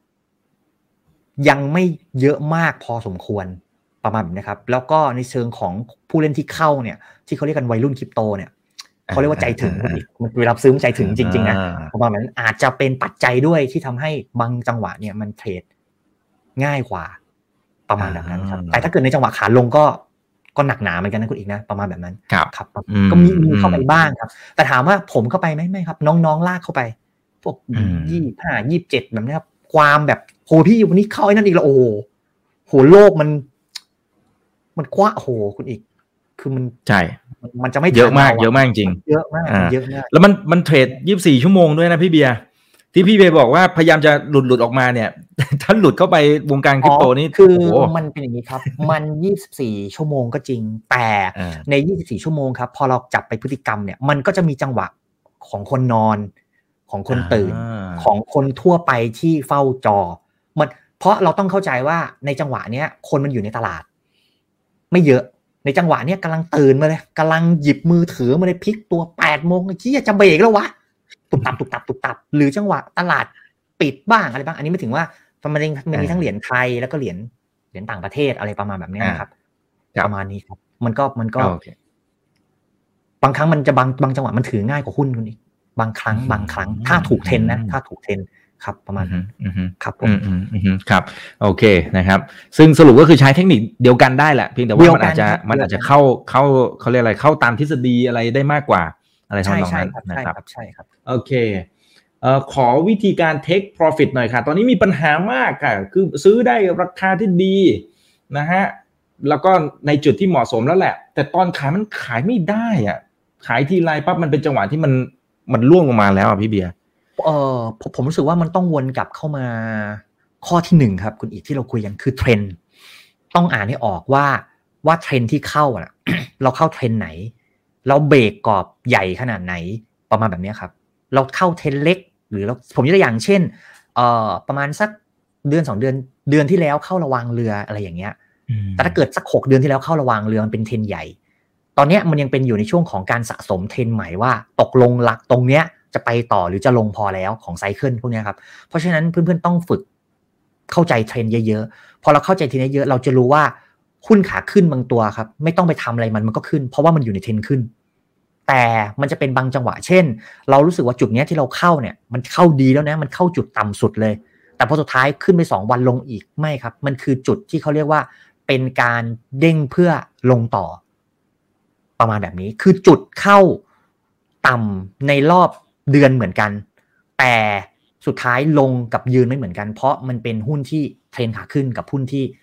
ยังไม่เยอะมากพอสมควรประมาณนี้ครับแล้วก็ในเชิงของผู้เล่นที่เข้าเนี่ยที่เขาเรียกกันวัยรุ่นคริปโตเนี่ยเขาเรียกว่าใจถึงมันเวลาซื้อมันใจถึงจริงๆนะประมาณนั้นอาจจะเป็นปัจจัยด้วยที่ทำให้บางจังหวะเนี่ยมันเทรดง่ายกว่าประมาณแบบนั้นครับแต่ถ้าเกิดในจังหวะขาลงก็ก็หนักหนาเหมือนกันนะคุณอีกนะประมาณแบบนั้นครับก็มีมีเข้าไปบ้างครับแต่ถามว่าผมเข้าไปไหมไม่ครับน้องๆลากเข้าไปพวกยี่สิบห้า ยี่สิบเจ็ดแบบนี้ครับความแบบโหพี่วันนี้เข้าไอ้นั่นอีกแล้วโอ้โหโหโลกมันมันกว้างโหคุณอีกคือมันใช่มันจะไม่เยอะมากเยอะมากจริงเยอะมากเยอะมากแล้วมันมันเทรดยี่สิบสี่ชั่วโมงด้วยนะพี่เบียร์ที่พี่เบียร์บอกว่าพยายามจะหลุดหลุดออกมาเนี่ยถ้าหลุดเข้าไปวงการคริปโตนี่คือมันเป็นอย่างนี้ครับมันยี่สิบสี่ชั่วโมงก็จริงแต่ในยี่สิบสี่ชั่วโมงครับพอเราจับไปพฤติกรรมเนี่ยมันก็จะมีจังหวะของคนนอนของคนตื่นของคนทั่วไปที่เฝ้าจอมันเพราะเราต้องเข้าใจว่าในจังหวะเนี้ยคนมันอยู่ในตลาดไม่เยอะในจังหวะเนี้ยกำลังตื่นมาเลยกำลังหยิบมือถือมาเลยพลิกตัวแปดโมงที่จะเบรกแล้ววะตุบตับตุบตับตุบตับหรือจังหวะตลาดปิดบ้างอะไรบ้างอันนี้ไม่ถึงว่ามันมันมีทั้งเหรียญไทยแล้วก็เหรียญเหรียญต่างประเทศอะไรประมาณแบบนี้นะครับประมาณนี้ครับมันก็มันก็บางครั้งมันจะบางบางจังหวะมันถือง่ายกว่าหุ้นคุณอีกบางครั้งบางครั้งถ้าถูกเทรนนะถ้าถูกเทรนครับประมาณนั้นครับผมครับโอเคนะครับซึ่งสรุปก็คือใช้เทคนิคเดียวกันได้แหละเพียงแต่ว่ามันอาจจะมันอาจจะเข้าเข้าเขาเรียกอะไรเข้าตามทฤษฎีอะไรได้มากกว่าอะไรทำนองนั้นนะครับใช่ครับโอเคเอ่อขอวิธีการ take profit หน่อยค่ะตอนนี้มีปัญหามากค่ะคือซื้อได้ราคาที่ดีนะฮะแล้วก็ในจุดที่เหมาะสมแล้วแหละแต่ตอนขายมันขายไม่ได้อ่ะขายทีไรปั๊บมันเป็นจังหวะที่มันมันล่วงลงมาแล้วอ่ะพี่เบียร์เออผมผมรู้สึกว่ามันต้องวนกลับเข้ามาข้อที่หนึ่งครับคุณอีกที่เราคุยกันคือเทรนด์ต้องอ่านให้ออกว่าว่าเทรนด์ที่เข้าอ่ะ เราเข้าเทรนด์ไหนเราเบรกกรอบใหญ่ขนาดไหนประมาณแบบนี้ครับเราเข้าเทรนด์เล็กหรือเราผมยกตัวอย่างเช่นเอ่อประมาณสักเดือนสองเดือนเดือนที่แล้วเข้าระวังเรืออะไรอย่างเงี้ยแต่ถ้าเกิดสักหกเดือนที่แล้วเข้าระวังเรือมันเป็นเทรนด์ใหญ่ตอนนี้มันยังเป็นอยู่ในช่วงของการสะสมเทรนด์ใหม่ว่าตกลงหลักตรงเนี้ยจะไปต่อหรือจะลงพอแล้วของไซเคิลพวกนี้ครับเพราะฉะนั้นเพื่อนๆต้องฝึกเข้าใจเทรนด์เยอะๆพอเราเข้าใจเทรนด์เยอะๆเราจะรู้ว่าหุ้นขาขึ้นบางตัวครับไม่ต้องไปทำอะไรมันมันก็ขึ้นเพราะว่ามันอยู่ในเทรนด์ขึ้นแต่มันจะเป็นบางจังหวะเช่นเรารู้สึกว่าจุดนี้ที่เราเข้าเนี่ยมันเข้าดีแล้วนะมันเข้าจุดต่ำสุดเลยแต่พอสุดท้ายขึ้นไปสองวันลงอีกไม่ครับมันคือจุดที่เขาเรียกว่าเป็นการเด้งเพื่อลงต่อประมาณแบบนี้คือจุดเข้าต่ำในรอบเดือนเหมือนกันแต่สุดท้ายลงกับยืนไม่เหมือนกันเพราะมันเป็นหุ้นที่เทรนขาขึ้นกับหุ้นที่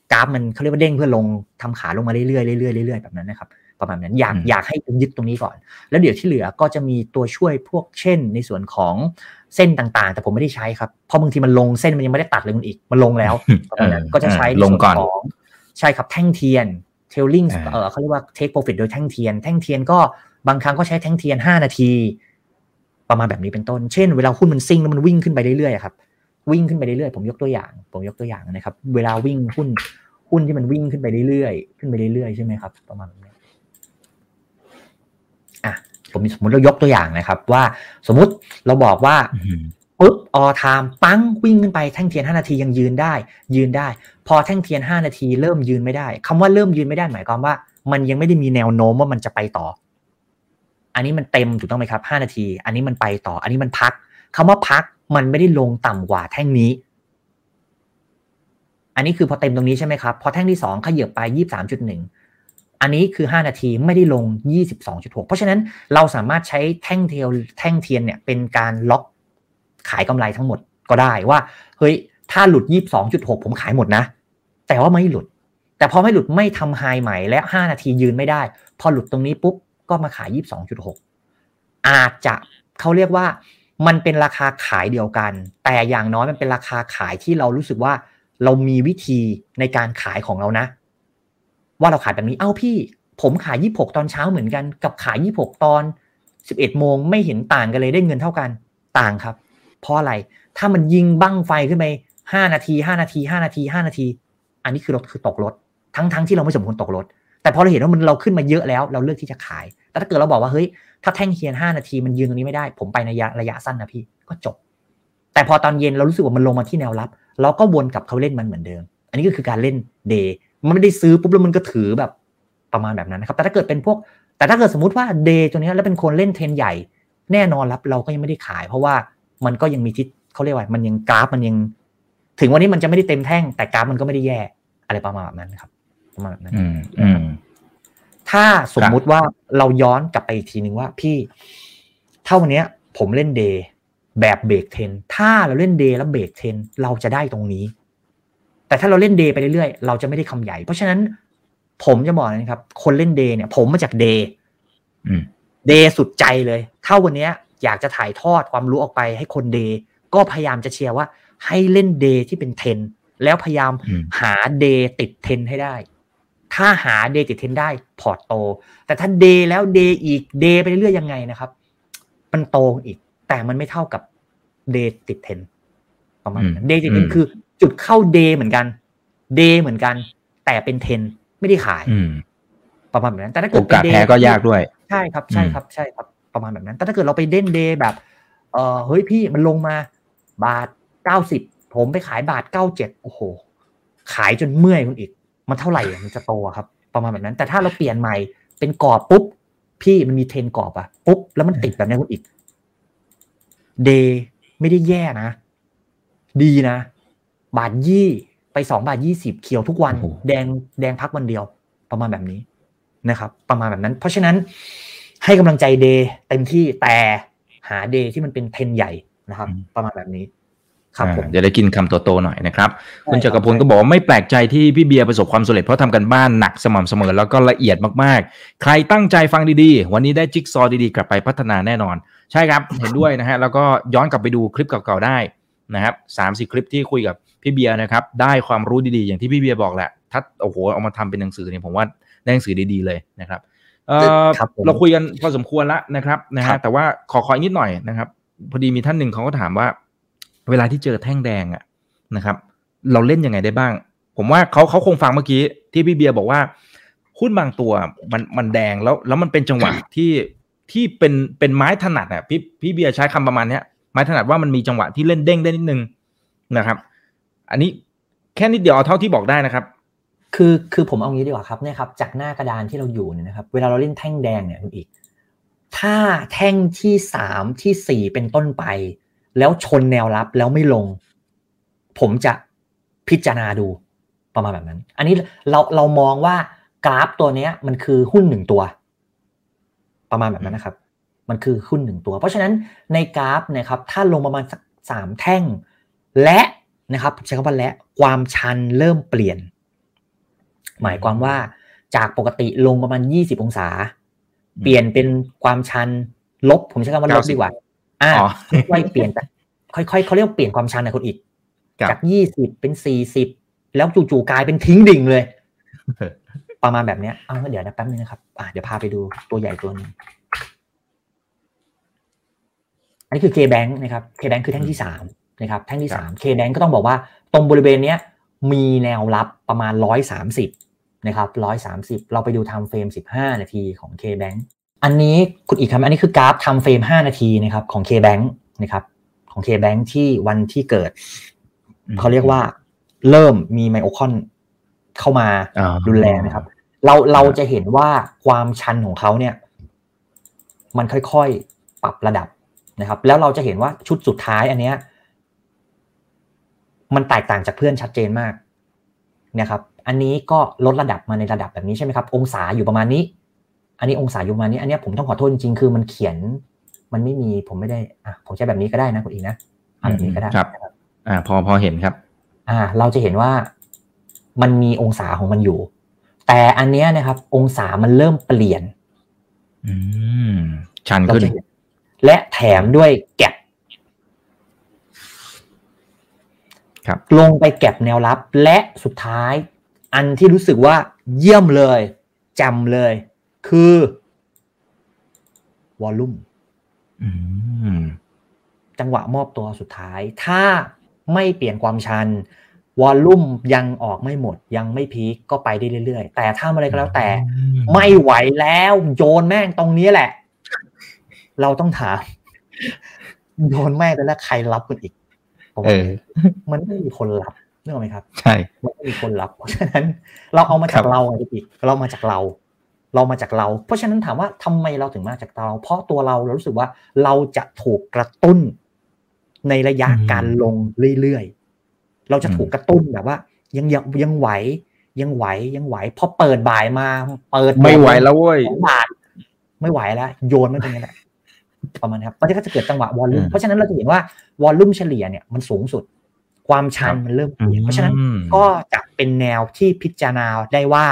กราฟมันเขาเรียกว่าเด้งเพื่อลงทำขาลงมาเรื่อยๆเรื่อยๆเรื่อยๆแบบนั้นนะครับประมาณนั้นอยากอยากให้ยึดตรงนี้ก่อนแล้วเดี๋ยวที่เหลือก็จะมีตัวช่วยพวกเช่นในส่วนของเส้นต่างๆแต่ผมไม่ได้ใช้ครับเพราะบางทีมันลงเส้นมันยังไม่ได้ตัดเลยมันอีกมันลงแล้วประมาณนั้นก็จะใช้ในส่วนของใช่ครับแท่งเทียน tailing เอ่อเขาเรียกว่า take profit โดยแท่งเทียนแท่งเทียนก็บางครั้งก็ใช้แท่งเทียนห้านาทีประมาณแบบนี้เป็นต้นเช่นเวลาหุ้นมันซิ่งแล้วมันวิ่งขึ้นไปเรื่อยๆครับวิ่งขึ้นไปเรื่อยๆผมยกตัวอย่างผมยกตัวอย่างนะครับเวลาวิ่งหุ้นหุ้นที่มันวิ่งขึ้นไปเรื่อยๆขึ้นไปเรื่อยๆใช่ไหมครับประมาณนี้อ่ะผมสมมติเรายกตัวอย่างนะครับว่าสมมุติเราบอกว่าปุ๊บออไทม์ปั้งวิ่งขึ้นไปแท่งเทียนห้านาทียังยืนได้ยืนได้พอแท่งเทียนห้านาทีเริ่มยืนไม่ได้คำว่าเริ่มยืนไม่ได้หมายความว่ามันยังไม่ได้มีแนวโน้มว่ามันจะไปต่ออันนี้มันเต็มถูกต้องไหมครับห้านาทีอันนี้มันไปต่ออันนี้มันพักคำว่าพักมันไม่ได้ลงต่ำกว่าแท่งนี้อันนี้คือพอเต็มตรงนี้ใช่ไหมครับพอแท่งที่สองขยับไป ยี่สิบสามจุดหนึ่ง อันนี้คือห้านาทีไม่ได้ลง ยี่สิบสองจุดหก เพราะฉะนั้นเราสามารถใช้แท่งเทียนแท่งเทียนเนี่ยเป็นการล็อกขายกำไรทั้งหมดก็ได้ว่าเฮ้ยถ้าหลุด ยี่สิบสองจุดหก ผมขายหมดนะแต่ว่าไม่หลุดแต่พอไม่หลุดไม่ทำไฮใหม่และห้านาทียืนไม่ได้พอหลุดตรงนี้ปุ๊บก็มาขาย ยี่สิบสองจุดหก อาจจะเขาเรียกว่ามันเป็นราคาขายเดียวกันแต่อย่างน้อยมันเป็นราคาขายที่เรารู้สึกว่าเรามีวิธีในการขายของเรานะว่าเราขายแบบนี้เอ้าพี่ผมขายยี่สิบหกตอนเช้าเหมือนกันกับขายยี่สิบหกตอน สิบเอ็ดโมงไม่เห็นต่างกันเลยได้เงินเท่ากันต่างครับเพราะอะไรถ้ามันยิงบั้งไฟขึ้นไปห้านาทีห้านาทีห้านาทีห้านาทีอันนี้คือเราคือตกรถทั้งๆที่เราไม่สมควรตกรถแต่พอเราเห็นว่ามันเราขึ้นมาเยอะแล้วเราเลือกที่จะขายแต่ถ้าเกิดเราบอกว่าเฮ้ยถ้าแท่งเทียนห้านาทีมันยืนตรงนี้ไม่ได้ผมไปในระยะระยะสั้นนะพี่ก็จบแต่พอตอนเย็นเรารู้สึกว่ามันลงมาที่แนวรับเราก็วนกลับเขาเล่นมันเหมือนเดิมอันนี้ก็คือการเล่นเดย์มันไม่ได้ซื้อปุ๊บแล้วมันก็ถือแบบประมาณแบบนั้นนะครับแต่ถ้าเกิดเป็นพวกแต่ถ้าเกิดสมมุติว่าเดย์ตัวนี้แล้วเป็นคนเล่นเทรนใหญ่แน่นอนครับเราก็ยังไม่ได้ขายเพราะว่ามันก็ยังมีทิศเขาเรียกว่ามันยังกราฟมันยังถึงวันนี้มันจะไม่ได้เต็มแท่งแต่กราฟมันก็ไม่ได้แย่อะไรประมาณแบบนั้นครับประมาณแบบนั้นอืมอืมถ้าสมมุติว่าเราย้อนกลับไปอีกทีนึงว่าพี่ถ้าวันนี้ผมเล่นเดย์แบบเบรกเทรนถ้าเราเล่นเดย์แล้วเบรกเทรนเราจะได้ตรงนี้แต่ถ้าเราเล่นเดย์ไปเรื่อยๆเราจะไม่ได้คำใหญ่เพราะฉะนั้นผมจะบอกนะครับคนเล่นเดย์เนี่ยผมมาจากเดย์เดย์สุดใจเลยถ้าวันนี้อยากจะถ่ายทอดความรู้ออกไปให้คนเดย์ก็พยายามจะเชียร์ว่าให้เล่นเดย์ที่เป็นเทรนแล้วพยายามหาเดย์ติดเทรนให้ได้ถ้าหาเดย์ติดเทรนได้พอร์ตโตแต่ถ้าเดย์แล้วเดย์อีกเดย์ไปเรื่อยๆยังไงนะครับมันโตอีกแต่มันไม่เท่ากับเดย์ติดเทรนประมาณนั้นเดย์ติดเทรนคือจุดเข้าเดย์เหมือนกันเดย์เหมือนกันแต่เป็นเทรนไม่ได้ขายประมาณแบบนั้นแต่ถ้าเกิดโอกาสแพ้ก็ยากด้วยใช่ครับใช่ครับใช่ครับประมาณแบบนั้นแต่ถ้าเกิดเราไปเล่นเดย์แบบเออเฮ้ยพี่มันลงมาบาทเก้าสิบผมไปขายบาทเก้าสิบเจ็ดโอ้โหขายจนเมื่อยคุณอีกมันเท่าไหร่มันจะโตครับประมาณแบบนั้นแต่ถ้าเราเปลี่ยนใหม่เป็นกรอบปุ๊บพี่มันมีเทรนกรอบอะปุ๊บแล้วมันติดแบบนี้คุณอีกเดย์ไม่ได้แย่นะดีนะบาทยี่ไปสองบาทยี่สิบเขียวทุกวันแดงแดงพักวันเดียวประมาณแบบนี้นะครับประมาณแบบนั้นเพราะฉะนั้นให้กำลังใจเดย์เต็มที่แต่หาเดย์ที่มันเป็นเทรนใหญ่นะครับประมาณแบบนี้ครับผมจะได้กินคำโตๆหน่อยนะครับคุณจักรพลก็บอกว่าไม่แปลกใจที่พี่เบียร์ประสบความสำเร็จเพราะทำกันบ้านหนักสม่ำเสมอแล้วก็ละเอียดมากๆใครตั้งใจฟังดีๆวันนี้ได้จิ๊กซอว์ดีๆกลับไปพัฒนาแน่นอนใช่ครับเห็นด้วยนะฮะแล้วก็ย้อนกลับไปดูคลิปเก่าๆได้นะครับ สามสี่ คลิปที่คุยกับพี่เบียร์นะครับได้ความรู้ดีๆอย่างที่พี่เบียร์บอกแหละถ้าโอ้โหเอามาทำเป็นหนังสือเนี่ยผมว่าได้หนังสือดีๆเลยนะครับเอ่อเราคุยกันพอสมควรแล้วนะครับนะฮะแต่ว่าขอขออีกนิดหน่อยนะครับพอดีมีท่านหนึ่งเขาก็ถามว่าเวลาที่เจอแท่งแดงอ่ะนะครับเราเล่นยังไงได้บ้างผมว่าเขาเขาคงฟังเมื่อกี้ที่พี่เบียร์บอกว่าหุ้นบางตัวมันมันแดงแล้วแล้วมันเป็นจังหวะที่ที่เป็นเป็นไม้ถนัดอ่ะพี่พี่เบียร์ใช้คำประมาณนี้ไม้ถนัดว่ามันมีจังหวะที่เล่นเด้งได้นิดนึงนะครับอันนี้แค่นิดเดียวเอาเท่าที่บอกได้นะครับคือคือผมเอางี้ดีกว่าครับเนี่ยครับจากหน้ากระดานที่เราอยู่เนี่ยนะครับเวลาเราเล่นแท่งแดงเนี่ยคุณอีกถ้าแท่งที่สามที่สี่เป็นต้นไปแล้วชนแนวรับแล้วไม่ลงผมจะพิจารณาดูประมาณแบบนั้นอันนี้เราเรามองว่ากราฟตัวนี้มันคือหุ้นหนึ่งตัวประมาณแบบนั้นนะครับมันคือหุ้นหนึ่งตัวเพราะฉะนั้นในกราฟนะครับถ้าลงประมาณสักสามแท่งและนะครับใช้คำว่าและความชันเริ่มเปลี่ยนหมายความว่าจากปกติลงประมาณยี่สิบองศาเปลี่ยนเป็นความชันลบผมใช้คำว่าลบดีกว่าอ่าค่อยๆเปลี่ยนค่อยๆเขาเรียกเปลี่ยนความชันนะคุณอีกจากยี่สิบเป็นสี่สิบแล้วจู่ๆกลายเป็นทิ้งดิ่งเลยประมาณแบบนี้เอาเดี๋ยวนะแป๊บนึงนะครับอ่าเดี๋ยวพาไปดูตัวใหญ่ตัวนึงอันนี้คือ K-Bank นะครับ K-Bank คือแท่งที่สามนะครับแท่งที่สาม K-Bank ก็ต้องบอกว่าตรงบริเวณเนี้ยมีแนวรับประมาณหนึ่งร้อยสามสิบนะครับหนึ่งร้อยสามสิบเราไปดูไทม์เฟรมสิบห้านาทีของ K-Bank อันนี้คุณอีกครับอันนี้คือกราฟไทม์เฟรมห้านาทีนะครับของ K-Bank นะครับของ K-Bank ที่วันที่เกิดเขาเรียกว่าเริ่มมีไมโอคอนเข้ามารุนแรงนะครับเราเราจะเห็นว่าความชันของเขาเนี่ยมันค่อยๆปรับระดับนะครับแล้วเราจะเห็นว่าชุดสุดท้ายอันเนี้ยมันแตกต่างจากเพื่อนชัดเจนมากนะครับอันนี้ก็ลดระดับมาในระดับแบบนี้ใช่ไหมครับองศาอยู่ประมาณนี้อันนี้องศาอยู่ประมาณนี้อันนี้ผมต้องขอโทษจริงๆคือมันเขียนมันไม่มีผมไม่ได้อ่ะผมใช้แบบนี้ก็ได้นะคุณอีกนะแบบนี้ก็ได้ครับอ่าพอพอเห็นครับอ่าเราจะเห็นว่ามันมีองศาของมันอยู่แต่อันเนี้ยนะครับองศามันเริ่มเปลี่ยนอืมชันขึ้นและแถมด้วยแก็ปครับลงไปแก็ปแนวรับและสุดท้ายอันที่รู้สึกว่าเยี่ยมเลยจำเลยคือวอลลุ่มจังหวะมอบตัวสุดท้ายถ้าไม่เปลี่ยนความชันวอลลุ่มยังออกไม่หมดยังไม่พีคก็ไปได้เรื่อยๆแต่ถ้าอะไรก็แล้วแต่ไม่ไหวแล้วโยนแม่งตรงนี้แหละเราต้องถามโยนแม่งแล้วใครรับกันอีกเออมันไม่มีคนรับนึกออกไหมครับใช่มันไม่มีคนรับเพราะฉะนั้นเราเอามาจากเราไงพี่เรามาจากเราเรามาจากเราเพราะฉะนั้นถามว่าทำไมเราถึงมาจากเราเพราะตัวเราเรารู้สึกว่าเราจะถูกกระตุ้นในระยะการลงเรื่อยๆเราจะถูกกระตุ้นแบบว่ายังยังยังไหวยังไหวยังไหวพอเปิดบ่ายมาเปิดไม่ไหวแล้วเว้ยบาทไม่ไหวแล้วโยนไม่เป็นไงแหละประมาณครับมันก็จะเกิดจังหวะวอลลุ่มเพราะฉะนั้นเราจะเห็นว่าวอลลุ่มเฉลี่ยเนี่ยมันสูงสุดความชันมันเริ่มเปลี่ยนเพราะฉะนั้นก็จะเป็นแนวที่พิจารณาได้ว่า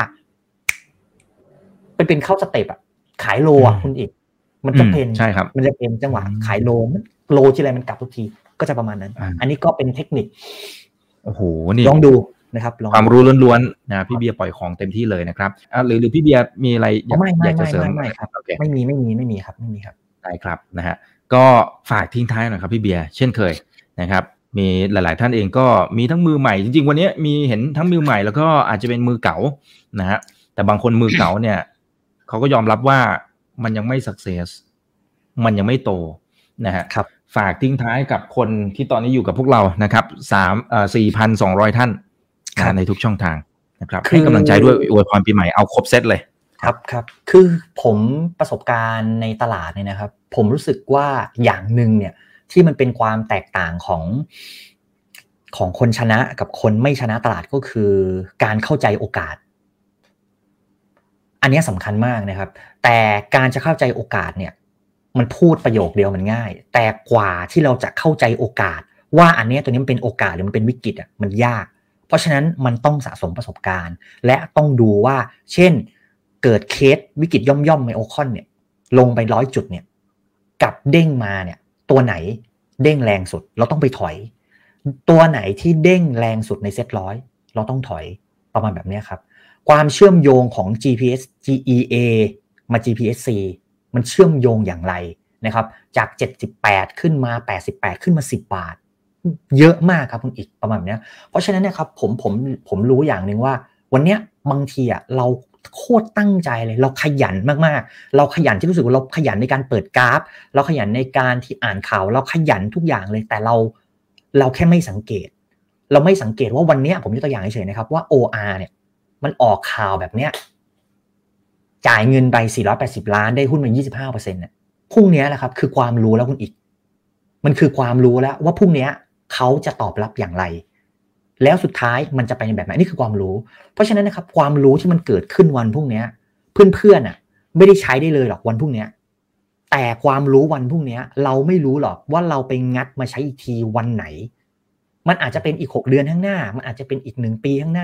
เป็นเป็นเข้าสเต็ปอ่ะขายโลอ่ะคุณอีกมันจะเป็นใช่ครับมันจะเป็นจังหวะขายโลโลที่ไรมันกลับทุกทีก็จะประมาณนั้นอันนี้ก็เป็นเทคนิคโอ้โหนี่ลองดูนะครับความรู้ล้วนๆนะพี่เบียร์ปล่อยของเต็มที่เลยนะครับอ่าหรือหรือพี่เบียร์มีอะไรอยากอยากจะเสริมไม่ครับไม่มีไม่มีไม่มีครับไม่มีครับได้ครับนะฮะก็ฝากทิ้งท้ายหน่อยครับพี่เบียร์เช่นเคยนะครับมีหลายๆท่านเองก็มีทั้งมือใหม่จริงๆวันนี้มีเห็นทั้งมือใหม่แล้วก็อาจจะเป็นมือเก่านะฮะแต่บางคนมือเก่าเนี่ยเขาก็ยอมรับว่ามันยังไม่ success มันยังไม่โตนะฮะฝากทิ้งท้ายกับคนที่ตอนนี้อยู่กับพวกเรานะครับสามเอ่อ สี่พันสองร้อย ท่านในทุกช่องทางนะครับให้กำลังใจด้วยอวยพรปีใหม่เอาครบเซตเลยครับครับคือผมประสบการณ์ในตลาดเนี่ยนะครับผมรู้สึกว่าอย่างนึงเนี่ยที่มันเป็นความแตกต่างของของคนชนะกับคนไม่ชนะตลาดก็คือการเข้าใจโอกาสอันนี้สำคัญมากนะครับแต่การจะเข้าใจโอกาสเนี่ยมันพูดประโยคเดียวมันง่ายแต่กว่าที่เราจะเข้าใจโอกาสว่าอันนี้ตัวนี้มันเป็นโอกาสหรือมันเป็นวิกฤตอ่ะมันยากเพราะฉะนั้นมันต้องสะสมประสบการณ์และต้องดูว่าเช่นเกิดเคสวิกฤตย่อมๆไมโอคอนเนี่ยลงไปร้อยจุดเนี่ยกับเด้งมาเนี่ยตัวไหนเด้งแรงสุดเราต้องไปถอยตัวไหนที่เด้งแรงสุดในเซ็ตร้อยเราต้องถอยประมาณแบบนี้ครับความเชื่อมโยงของ จี พี เอส จี อี เอ มา จี พี เอส ซี มันเชื่อมโยงอย่างไรนะครับจากเจ็ดสิบแปดขึ้นมาแปดสิบแปดขึ้นมาสิบบาทเยอะมากครับคุณอีกประมาณนี้เพราะฉะนั้นเนี่ยครับผมผมผมรู้อย่างนึงว่าวันเนี้ยบางทีอ่ะเราโคตรตั้งใจเลยเราขยันมากๆเราขยันที่รู้สึกว่าเราขยันในการเปิดกราฟเราขยันในการที่อ่านข่าวเราขยันทุกอย่างเลยแต่เราเราแค่ไม่สังเกตเราไม่สังเกตว่าวันนี้ผมยกตัวอย่างเฉยๆนะครับว่า โอ อาร์ เนี่ยมันออกข่าวแบบเนี้ยจ่ายเงินไปสี่ร้อยแปดสิบล้านได้หุ้นมา ยี่สิบห้าเปอร์เซ็นต์ เนี่ยพรุ่งนี้แหละครับคือความรู้แล้วคุณอีกมันคือความรู้แล้วว่าพรุ่งนี้เขาจะตอบรับอย่างไรแล้วสุดท้ายมันจะไปในแบบไหนนี่คือความรู้เพราะฉะนั้นนะครับความรู้ที่มันเกิดขึ้นวันพรุ่งนี้เพื่อนๆอ่ะไม่ได้ใช้ได้เลยหรอกวันพรุ่งนี้แต่ความรู้วันพรุ่งนี้เราไม่รู้หรอกว่าเราไปงัดมาใช้อีกทีวันไหนมันอาจจะเป็นอีกหกเดือนข้างหน้ามันอาจจะเป็นอีกหนึ่งปีข้างหน้า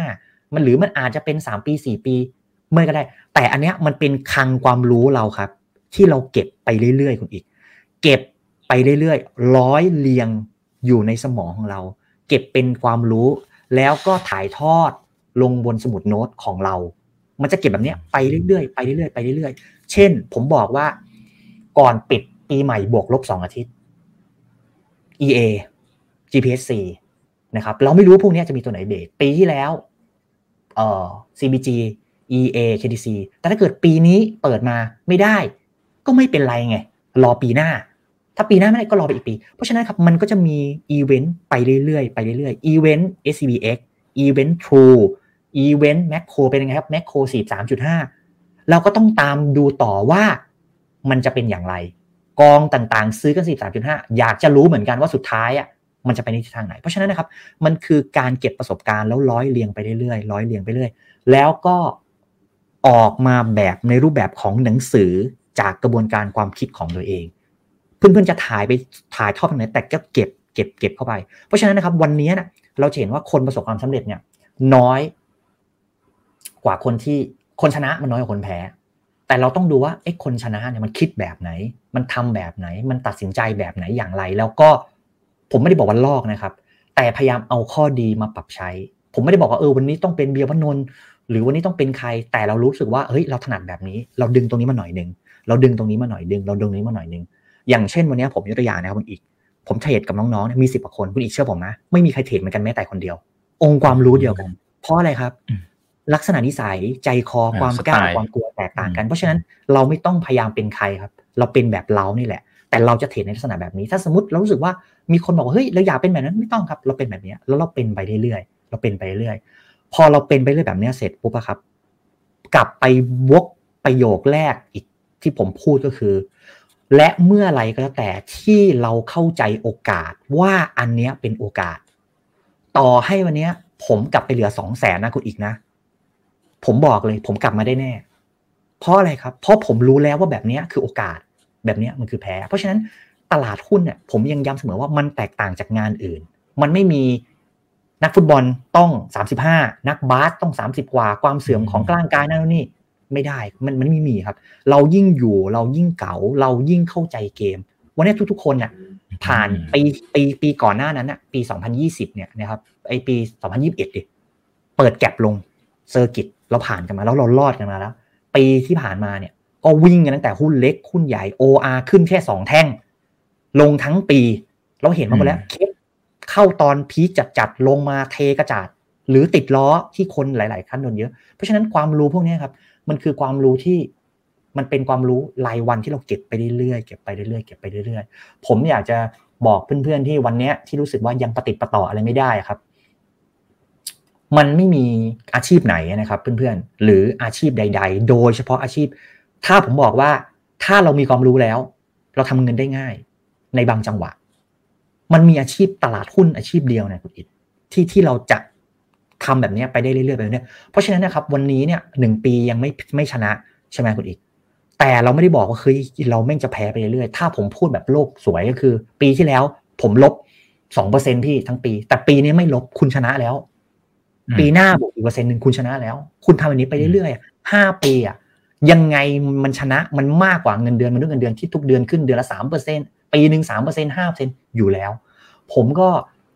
มันหรือมันอาจจะเป็นสามปีสี่ปีเมื่อก็ได้แต่อันเนี้ยมันเป็นคลังความรู้เราครับที่เราเก็บไปเรื่อยๆคุณอีกเก็บไปเรื่อยๆร้อยเรียงอยู่ในสมองของเราเก็บเป็นความรู้แล้วก็ถ่ายทอดลงบนสมุดโน้ตของเรามันจะเก็บแบบนี้ไปเรื่อยๆไปเรื่อยๆไปเรื่อยๆเช่นผมบอกว่าก่อนปิดปีใหม่บวกลบสองอาทิตย์ อี เอ จี พี เอส ซี นะครับเราไม่รู้พวกนี้จะมีตัวไหนเบสปีที่แล้วเอ่อ ซี บี จี อี เอ เค ที ซี แต่ถ้าเกิดปีนี้เปิดมาไม่ได้ก็ไม่เป็นไรไงรอปีหน้าถ้าปีหน้าไม่ได้ก็รอไปอีกปีเพราะฉะนั้นครับมันก็จะมีอีเวนต์ไปเรื่อยๆไปเรื่อยๆอีเวนต์ เอส ซี บี เอ็กซ์ อีเวนต์ True อีเวนต์ Macro เป็นยังไงครับ Macro สี่สิบสามจุดห้า เราก็ต้องตามดูต่อว่ามันจะเป็นอย่างไรกองต่างๆซื้อกัน สี่สิบสามจุดห้า อยากจะรู้เหมือนกันว่าสุดท้ายอ่ะมันจะไปในทิศทางไหนเพราะฉะนั้นนะครับมันคือการเก็บประสบการณ์แล้วร้อยเรียงไปเรื่อยๆร้อยเรียงไปเรื่อยแล้วก็ออกมาแบบในรูปแบบของหนังสือจากกระบวนการความคิดของตัวเองเพื่อนๆจะถ่ายไปถ่ายทอดตรงไหนแต่ก็เก็บเก็บเก็บเข้าไปเพราะฉะนั้นนะครับวันนี้นะเราเห็นว่าคนประสบความสำเร็จเนี่ยน้อยกว่าคนที่คนชนะมันน้อยกว่าคนแพ้แต่เราต้องดูว่าไอ้คนชนะเนี่ยมันคิดแบบไหนมันทำแบบไหนมันตัดสินใจแบบไหนอย่างไรแล้วก็ผมไม่ได้บอกว่าลอกนะครับแต่พยายามเอาข้อดีมาปรับใช้ผมไม่ได้บอกว่าเออวันนี้ต้องเป็นเบียร์พนนท์หรือวันนี้ต้องเป็นใครแต่เรารู้สึกว่าเฮ้ยเราถนัดแบบนี้เราดึงตรงนี้มาหน่อยนึงเราดึงตรงนี้มาหน่อยนึงเราดึงตรงนี้มาหน่อยนึงอย่างเช่นวันนี้ผมยกตัวอย่างนะครับคุณอีกผมเทรดกับน้องๆเนี่ยมีสิบกว่าคนคุณอีกเชื่อผมนะไม่มีใครเทรดเหมือนกันแม้แต่คนเดียวองค์ความรู้เดียวกันเพราะอะไรครับลักษณะนิสัยใจคอความกล้าความกลัวแตกต่างกันเพราะฉะนั้นเราไม่ต้องพยายามเป็นใครครับเราเป็นแบบเรานี่แหละแต่เราจะเทรดในลักษณะแบบนี้ถ้าสมมติเรารู้สึกว่ามีคนบอกว่าเฮ้ยเราอยากเป็นแบบนั้นไม่ต้องครับเราเป็นแบบนี้แล้วเราเป็นไปเรื่อยๆเราเป็นไปเรื่อยๆพอเราเป็นไปเรื่อยแบบนี้เสร็จปุ๊บครับกลับไปวกประโยคแรกอีกที่ผมพูดก็คือและเมื่อไรก็แล้วแต่ที่เราเข้าใจโอกาสว่าอันนี้เป็นโอกาสต่อให้วันนี้ผมกลับไปเหลือ สองแสน นะคุณอีกนะผมบอกเลยผมกลับมาได้แน่เพราะอะไรครับเพราะผมรู้แล้วว่าแบบนี้คือโอกาสแบบนี้มันคือแพ้เพราะฉะนั้นตลาดหุ้นเนี่ยผมยังย้ำเสมอว่ามันแตกต่างจากงานอื่นมันไม่มีนักฟุตบอลต้องสามสิบห้านักบาสต้องสามสิบกว่าความเสื่อมของร่างกายนั่นนี่ไม่ได้มันมันไม่มีครับเรายิ่งอยู่เรายิ่งเก๋าเรายิ่งเข้าใจเกมวันนี้ทุกๆคนเนี่ยผ่านปีปีปีก่อนหน้านั้นน่ะปีสองพันยี่สิบเนี่ยนะครับไอ้ปีสองพันยี่สิบเอ็ดดิเปิดแก็ปลงเซอร์กิตเราผ่านกันมาแล้วเรารอดกันมาแล้วปีที่ผ่านมาเนี่ยก็วิ่งกันตั้งแต่หุ้นเล็กหุ้นใหญ่ โอ อาร์ ขึ้นแค่สองแท่งลงทั้งปีเราเห็นมาหมดแล้วเข้าตอนพีคจัดๆลงมาเทกระจาดหรือติดล้อที่คนหลายๆขั้นโดนเยอะเพราะฉะนั้นความรู้พวกนี้ครับมันคือความรู้ที่มันเป็นความรู้รายวันที่เราเก็บไปเรื่อยๆเก็บไปเรื่อยๆเก็บไปเรื่อยๆผมอยากจะบอกเพื่อนๆที่วันนี้ที่รู้สึกว่ายังปฏิปต่ออะไรไม่ได้ครับมันไม่มีอาชีพไหนนะครับเพื่อนๆหรืออาชีพใดๆโดยเฉพาะอาชีพถ้าผมบอกว่าถ้าเรามีความรู้แล้วเราทำเงินได้ง่ายในบางจังหวะมันมีอาชีพตลาดหุ้นอาชีพเดียวนะคุณอิทที่ที่เราจะทำแบบนี้ไปได้เรื่อยๆไปเรื่อยๆเพราะฉะนั้นนะครับวันนี้เนี่ยหนึ่งปียังไม่ไม่ชนะใช่ไหมคุณอิทแต่เราไม่ได้บอกว่าเฮ้ยเราแม่งจะแพ้ไปเรื่อยๆถ้าผมพูดแบบโลกสวยก็คือปีที่แล้วผมลบ สองเปอร์เซ็นต์ พี่ทั้งปีแต่ปีนี้ไม่ลบคุณชนะแล้วปีหน้าบวกอีกเปอร์เซ็นต์นึงคุณชนะแล้วคุณทำแบบนี้ไปเรื่อยๆห้าปีอ่ะยังไงมันชนะมันมากกว่าเงินเดือนมนุษย์เงินเดือนที่ทุกเดือนขึ้นเดือนละ สามเปอร์เซ็นต์ ปีนึง สามเปอร์เซ็นต์ ห้าเปอร์เซ็นต์ อยู่แล้วผมก็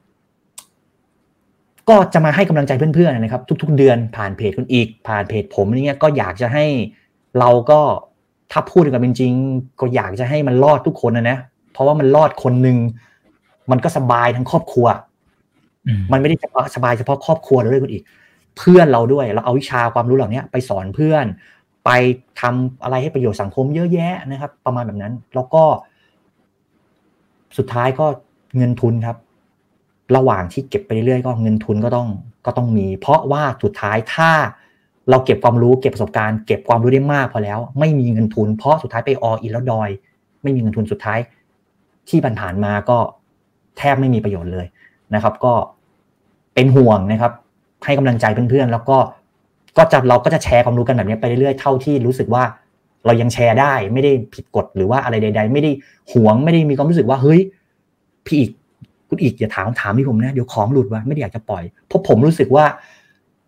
ก็จะมาให้กำลังใจเพื่อนๆนะครับทุกๆเดือนผ่านเพจคุณอีกผ่านเพจผมนี่เงี้ยก็อยากจะให้เราก็ถ้าพูดกันเป็นจริงก็อยากจะให้มันรอดทุกคนนะนะเพราะว่ามันรอดคนนึงมันก็สบายทั้งครอบครัวมันไม่ได้เฉพาะสบายเฉพาะครอบครัวเราด้วยคุณอีกเพื่อนเราด้วยเราเอาวิชาความรู้เหล่านี้ไปสอนเพื่อนไปทำอะไรให้ประโยชน์สังคมเยอะแยะนะครับประมาณแบบนั้นแล้วก็สุดท้ายก็เงินทุนครับระหว่างที่เก็บไปเรื่อยๆก็เงินทุนก็ต้องก็ต้องมีเพราะว่าสุดท้ายถ้าเราเก็บความรู้เก็บประสบการณ์เก็บความรู้ได้มากพอแล้วไม่มีเงินทุนเพราะสุดท้ายไปออินแล้วดอยไม่มีเงินทุนสุดท้ายที่ผ่านๆมาก็แทบไม่มีประโยชน์เลยนะครับก็เป็นห่วงนะครับให้กำลังใจเพื่อนๆแล้วก็ก็จะเราก็จะแชร์ความรู้กันแบบนี้ไปเรื่อยๆเท่าที่รู้สึกว่าเรายังแชร์ได้ไม่ได้ผิดกฎหรือว่าอะไรใดๆไม่ได้หวงไม่ได้มีความรู้สึกว่าเฮ้ยพี่อีกคุณอีกอย่าถามถามที่ผมนะเดี๋ยวของหลุดว่ะไม่ได้อยากจะปล่อยเพราะผมรู้สึกว่า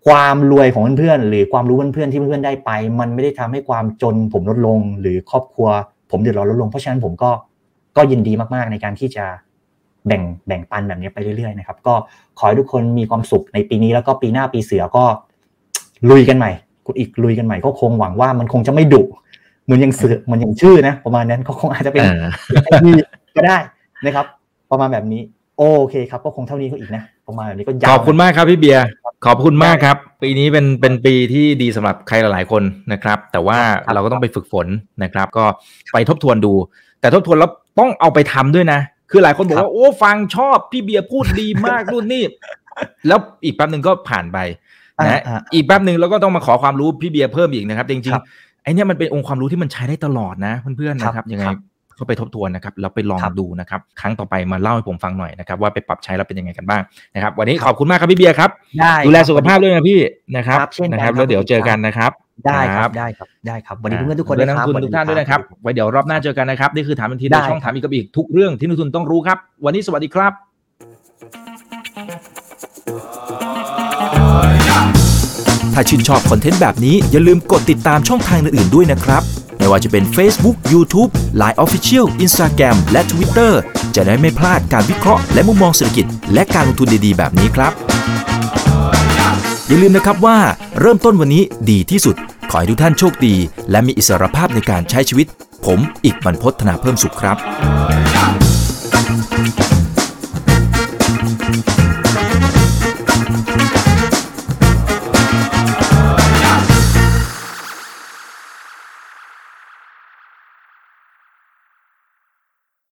ความรวยของเพื่อนๆหรือความรู้เพื่อนๆที่เพื่อนๆได้ไปมันไม่ได้ทำให้ความจนผมลดลงหรือครอบครัวผมเดือดร้อนลดลงเพราะฉะนั้นผมก็ก็ยินดีมากๆในการที่จะแบ่งแบ่งปันแบบนี้ไปเรื่อยๆนะครับก็ขอให้ทุกคนมีความสุขในปีนี้แล้วก็ปีหน้าปีเสือก็ลุยกันใหม่กูอีกลุยกันใหม่ก็คงหวังว่ามันคงจะไม่ดุเหมือนอย่างเสือเหมือนอย่างชื่อนะประมาณนั้นก็คงอาจจะเป็นดีก็ได้นะครับประมาณแบบนี้โอเคครับก็คงเท่านี้ก็อีกนะประมาณแบบนี้ก็ยาวขอบคุณมากครับพี่เบียร์ขอบคุณมากครับปีนี้เป็นเป็นปีที่ดีสำหรับใครหลายๆคนนะครับแต่ว่าเราก็ต้องไปฝึกฝนนะครับก็ไปทบทวนดูแต่ทบทวนแล้วต้องเอาไปทำด้วยนะคือหลายคนบอกว่าโอ้ฟังชอบพี่เบียร์พูดดีมากนู่นนี่แล้วอีกแป๊บนึงก็ผ่านไปนะอีกแป๊บนึงแล้วก็ต้องมาขอความรู้พี่เบียร์เพิ่มอีกนะครับจริงๆไอ้นี่มันเป็นองค์ความรู้ที่มันใช้ได้ตลอดนะเพื่อนๆนะครับยังไงเข้าไปทบทวนนะครับแล้วไปลองดูนะครับครั้งต่อไปมาเล่าให้ผมฟังหน่อยนะครับว่าไปปรับใช้แล้วเป็นยังไงกันบ้างนะครับวันนี้ขอบคุณมากครับพี่เบียร์ครับดูแลสุขภาพด้วยนะพี่นะครับนะครับแล้วเดี๋ยวเจอกันนะครับได้ครับได้ครับได้ครับวันนี้เพื่อนๆทุกคนด้วยนะครับทุกท่านด้วยนะครับไว้เดี๋ยวรอบหน้าเจอกันนะครับนี่คือถามทันทีในช่องถามอีกกับอีกทุกเรื่องที่นักทุนต้องรู้ครับวันนี้สวัสดีครับถ้าชื่นชอบคอนเทนต์แบบนี้อย่าลืมกดติดตามช่องทางอื่นๆด้วยนะครับไม่ว่าจะเป็น Facebook, YouTube, ไลน์ Official, Instagram และ Twitter จะได้ไม่พลาดการวิเคราะห์และมุมมองเศรษฐกิจและการลงทุนดีๆแบบนี้ครับอย่าลืมนะครับว่าเริ่มต้นวันนี้ดีที่สุดขอให้ทุกท่านโชคดีและมีอิสรภาพในการใช้ชีวิตผมอีกบรรพต ธนาเพิ่มสุขครับ